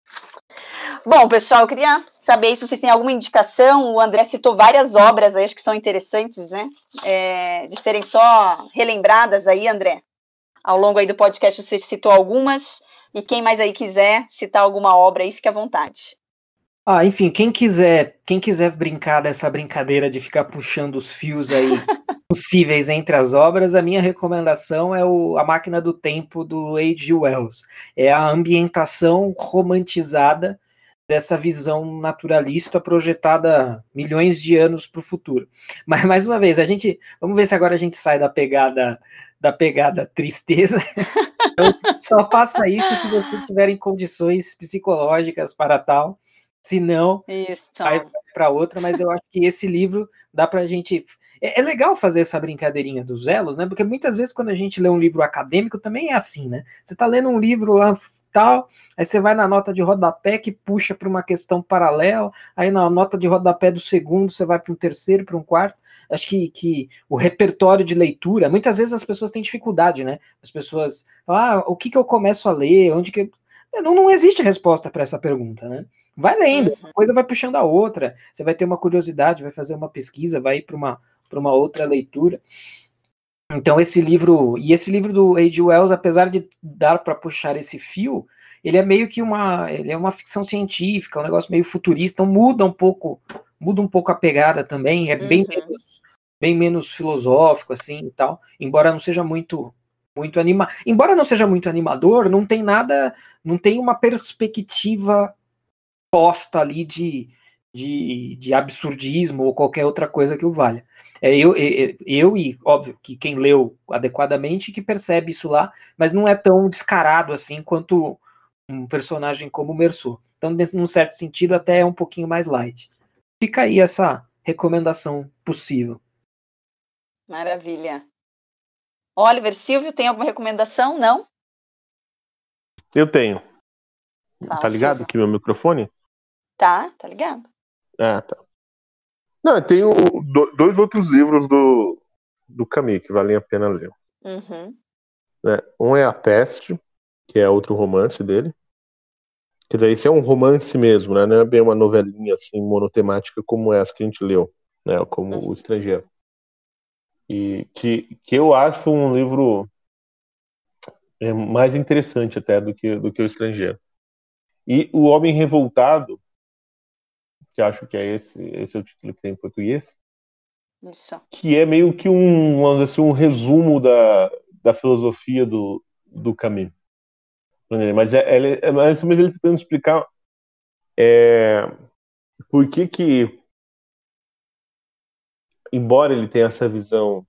Speaker 1: Bom, pessoal, eu queria saber se vocês têm alguma indicação. O André citou várias obras aí, acho que são interessantes, né? De serem só relembradas aí, André. Ao longo aí do podcast você citou algumas. E quem mais aí quiser citar alguma obra aí, fique à vontade.
Speaker 4: Enfim, quem quiser brincar dessa brincadeira de ficar puxando os fios aí possíveis entre as obras, a minha recomendação é A Máquina do Tempo, do H.G. Wells. É a ambientação romantizada dessa visão naturalista projetada milhões de anos para o futuro. Mas, mais uma vez, vamos ver se agora a gente sai da pegada tristeza. Então, só faça isso se você tiver em condições psicológicas para tal. Se não, vai para outra. Mas eu acho que esse livro dá para a gente... É legal fazer essa brincadeirinha dos elos, né? Porque muitas vezes quando a gente lê um livro acadêmico também é assim, né? Você está lendo um livro lá tal, aí você vai na nota de rodapé que puxa para uma questão paralela, aí na nota de rodapé do segundo você vai para um terceiro, para um quarto. Acho que o repertório de leitura, muitas vezes as pessoas têm dificuldade, né? As pessoas falam, o que eu começo a ler? Não existe resposta para essa pergunta, né? Vai lendo, uma coisa vai puxando a outra, você vai ter uma curiosidade, vai fazer uma pesquisa, vai ir para uma outra leitura. Então esse livro do H.G. Wells, apesar de dar para puxar esse fio, ele é meio que uma ficção científica, um negócio meio futurista, então muda um pouco a pegada também, é bem menos filosófico assim e tal, embora não seja muito animador, não tem uma perspectiva posta ali de absurdismo ou qualquer outra coisa que o valha. Eu e, óbvio, que quem leu adequadamente que percebe isso lá, mas não é tão descarado assim quanto um personagem como o Meursault. Então, num certo sentido, até é um pouquinho mais light. Fica aí essa recomendação possível.
Speaker 1: Maravilha. Oliver, Silvio, tem alguma recomendação? Não?
Speaker 2: Eu tenho. Tá ligado aqui meu microfone?
Speaker 1: Tá ligado.
Speaker 2: Tá. Não, eu tenho 2 outros livros do Camus que valem a pena ler. Um é A Peste, que é outro romance dele. Quer dizer, esse é um romance mesmo, né? Não é bem uma novelinha assim, monotemática como essa que a gente leu, né? Como O Estrangeiro. E que eu acho um livro mais interessante até do que O Estrangeiro. E O Homem Revoltado, que acho que é esse é o título que tem em português.
Speaker 1: Isso. Que
Speaker 2: é meio que um resumo da filosofia do Camus. Mas ele tentando explicar por que, embora ele tenha essa visão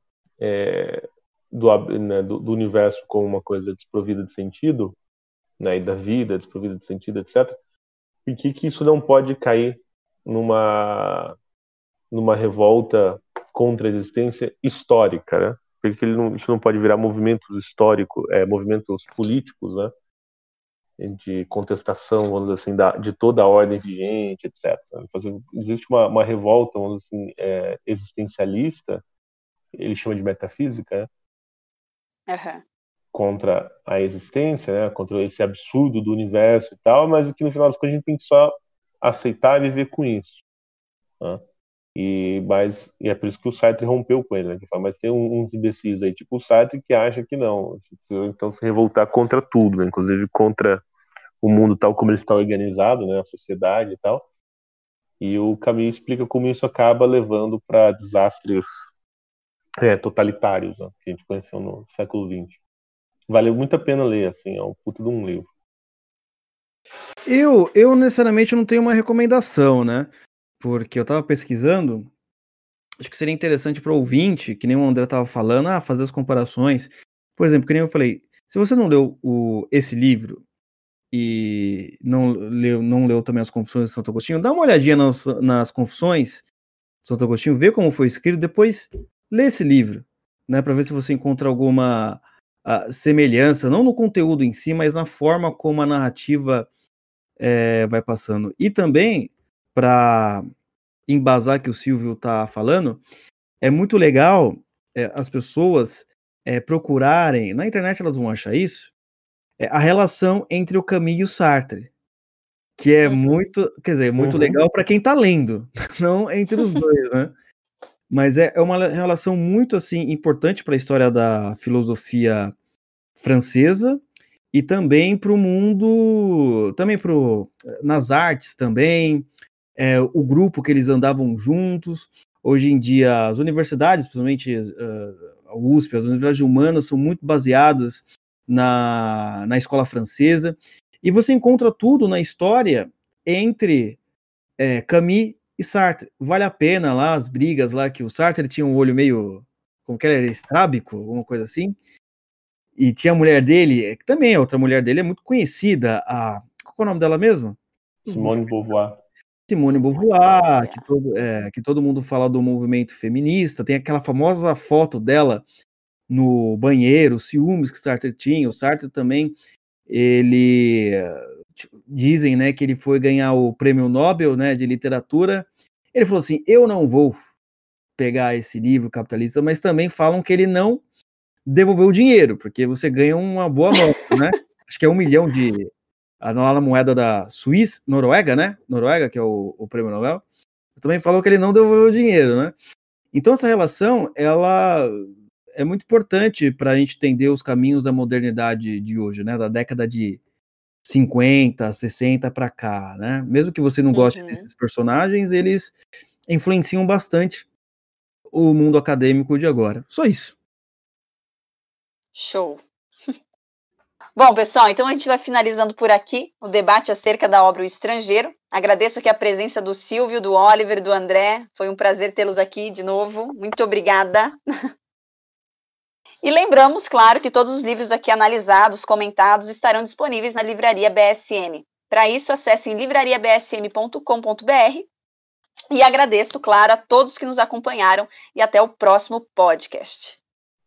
Speaker 2: do universo como uma coisa desprovida de sentido, né, e da vida desprovida de sentido, etc., por que isso não pode cair numa revolta contra a existência histórica, né? Por que isso não pode virar movimentos históricos, movimentos políticos, né? De contestação, vamos dizer assim, de toda a ordem vigente, etc. Existe uma revolta, vamos dizer assim, existencialista, ele chama de metafísica, né?
Speaker 1: Uhum. Contra
Speaker 2: a existência, né? Contra esse absurdo do universo e tal, mas que no final das contas a gente tem que só aceitar e viver com isso, né? E é por isso que o Sartre rompeu com ele, né? Que fala, mas tem uns imbecis aí, tipo o Sartre, que acha que não. A gente precisa, então, se revoltar contra tudo, né? Inclusive contra o mundo tal como ele está organizado, né? A sociedade e tal. E o Camus explica como isso acaba levando para desastres totalitários, né? Que a gente conheceu no século XX. Valeu muito a pena ler, assim, é um puto de um livro.
Speaker 3: Eu necessariamente não tenho uma recomendação, né? Porque eu tava pesquisando, acho que seria interessante para o ouvinte, que nem o André tava falando, fazer as comparações. Por exemplo, que nem eu falei, se você não leu esse livro e não leu também as Confissões de Santo Agostinho, dá uma olhadinha nas Confissões de Santo Agostinho, vê como foi escrito, depois lê esse livro, né, para ver se você encontra alguma semelhança, não no conteúdo em si, mas na forma como a narrativa vai passando. E também, para embasar que o Silvio está falando, é muito legal as pessoas procurarem, na internet elas vão achar isso, a relação entre o Camus e o Sartre, que é muito, quer dizer, muito legal para quem está lendo, não entre os dois, né? Mas é uma relação muito, assim, importante para a história da filosofia francesa e também para o mundo, também nas artes também, o grupo que eles andavam juntos. Hoje em dia, as universidades, principalmente a USP, as universidades humanas, são muito baseadas na escola francesa, e você encontra tudo na história entre Camus e Sartre. Vale a pena lá as brigas lá, que o Sartre ele tinha um olho meio, como que era, estrábico, alguma coisa assim, e tinha a mulher dele, que também outra mulher dele é muito conhecida, qual é o nome dela mesmo?
Speaker 2: Simone Beauvoir.
Speaker 3: Simone Beauvoir, que todo mundo fala do movimento feminista, tem aquela famosa foto dela no banheiro, os ciúmes que o Sartre tinha. O Sartre também, ele dizem, né, que ele foi ganhar o prêmio Nobel, né, de literatura. Ele falou assim, eu não vou pegar esse livro capitalista, mas também falam que ele não devolveu o dinheiro, porque você ganha uma boa nota, né? Acho que é 1 milhão lá na moeda da Suíça, Noruega, né? Noruega, que é o prêmio Nobel. Também falou que ele não devolveu o dinheiro, né? Então essa relação, ela é muito importante para a gente entender os caminhos da modernidade de hoje, né? Da década de 50, 60 para cá, né? Mesmo que você não goste desses personagens, eles influenciam bastante o mundo acadêmico de agora. Só isso.
Speaker 1: Show. Bom, pessoal, então a gente vai finalizando por aqui o debate acerca da obra O Estrangeiro. Agradeço aqui a presença do Silvio, do Oliver, do André. Foi um prazer tê-los aqui de novo. Muito obrigada. E lembramos, claro, que todos os livros aqui analisados, comentados, estarão disponíveis na Livraria BSM. Para isso, acessem livrariabsm.com.br e agradeço, claro, a todos que nos acompanharam e até o próximo podcast.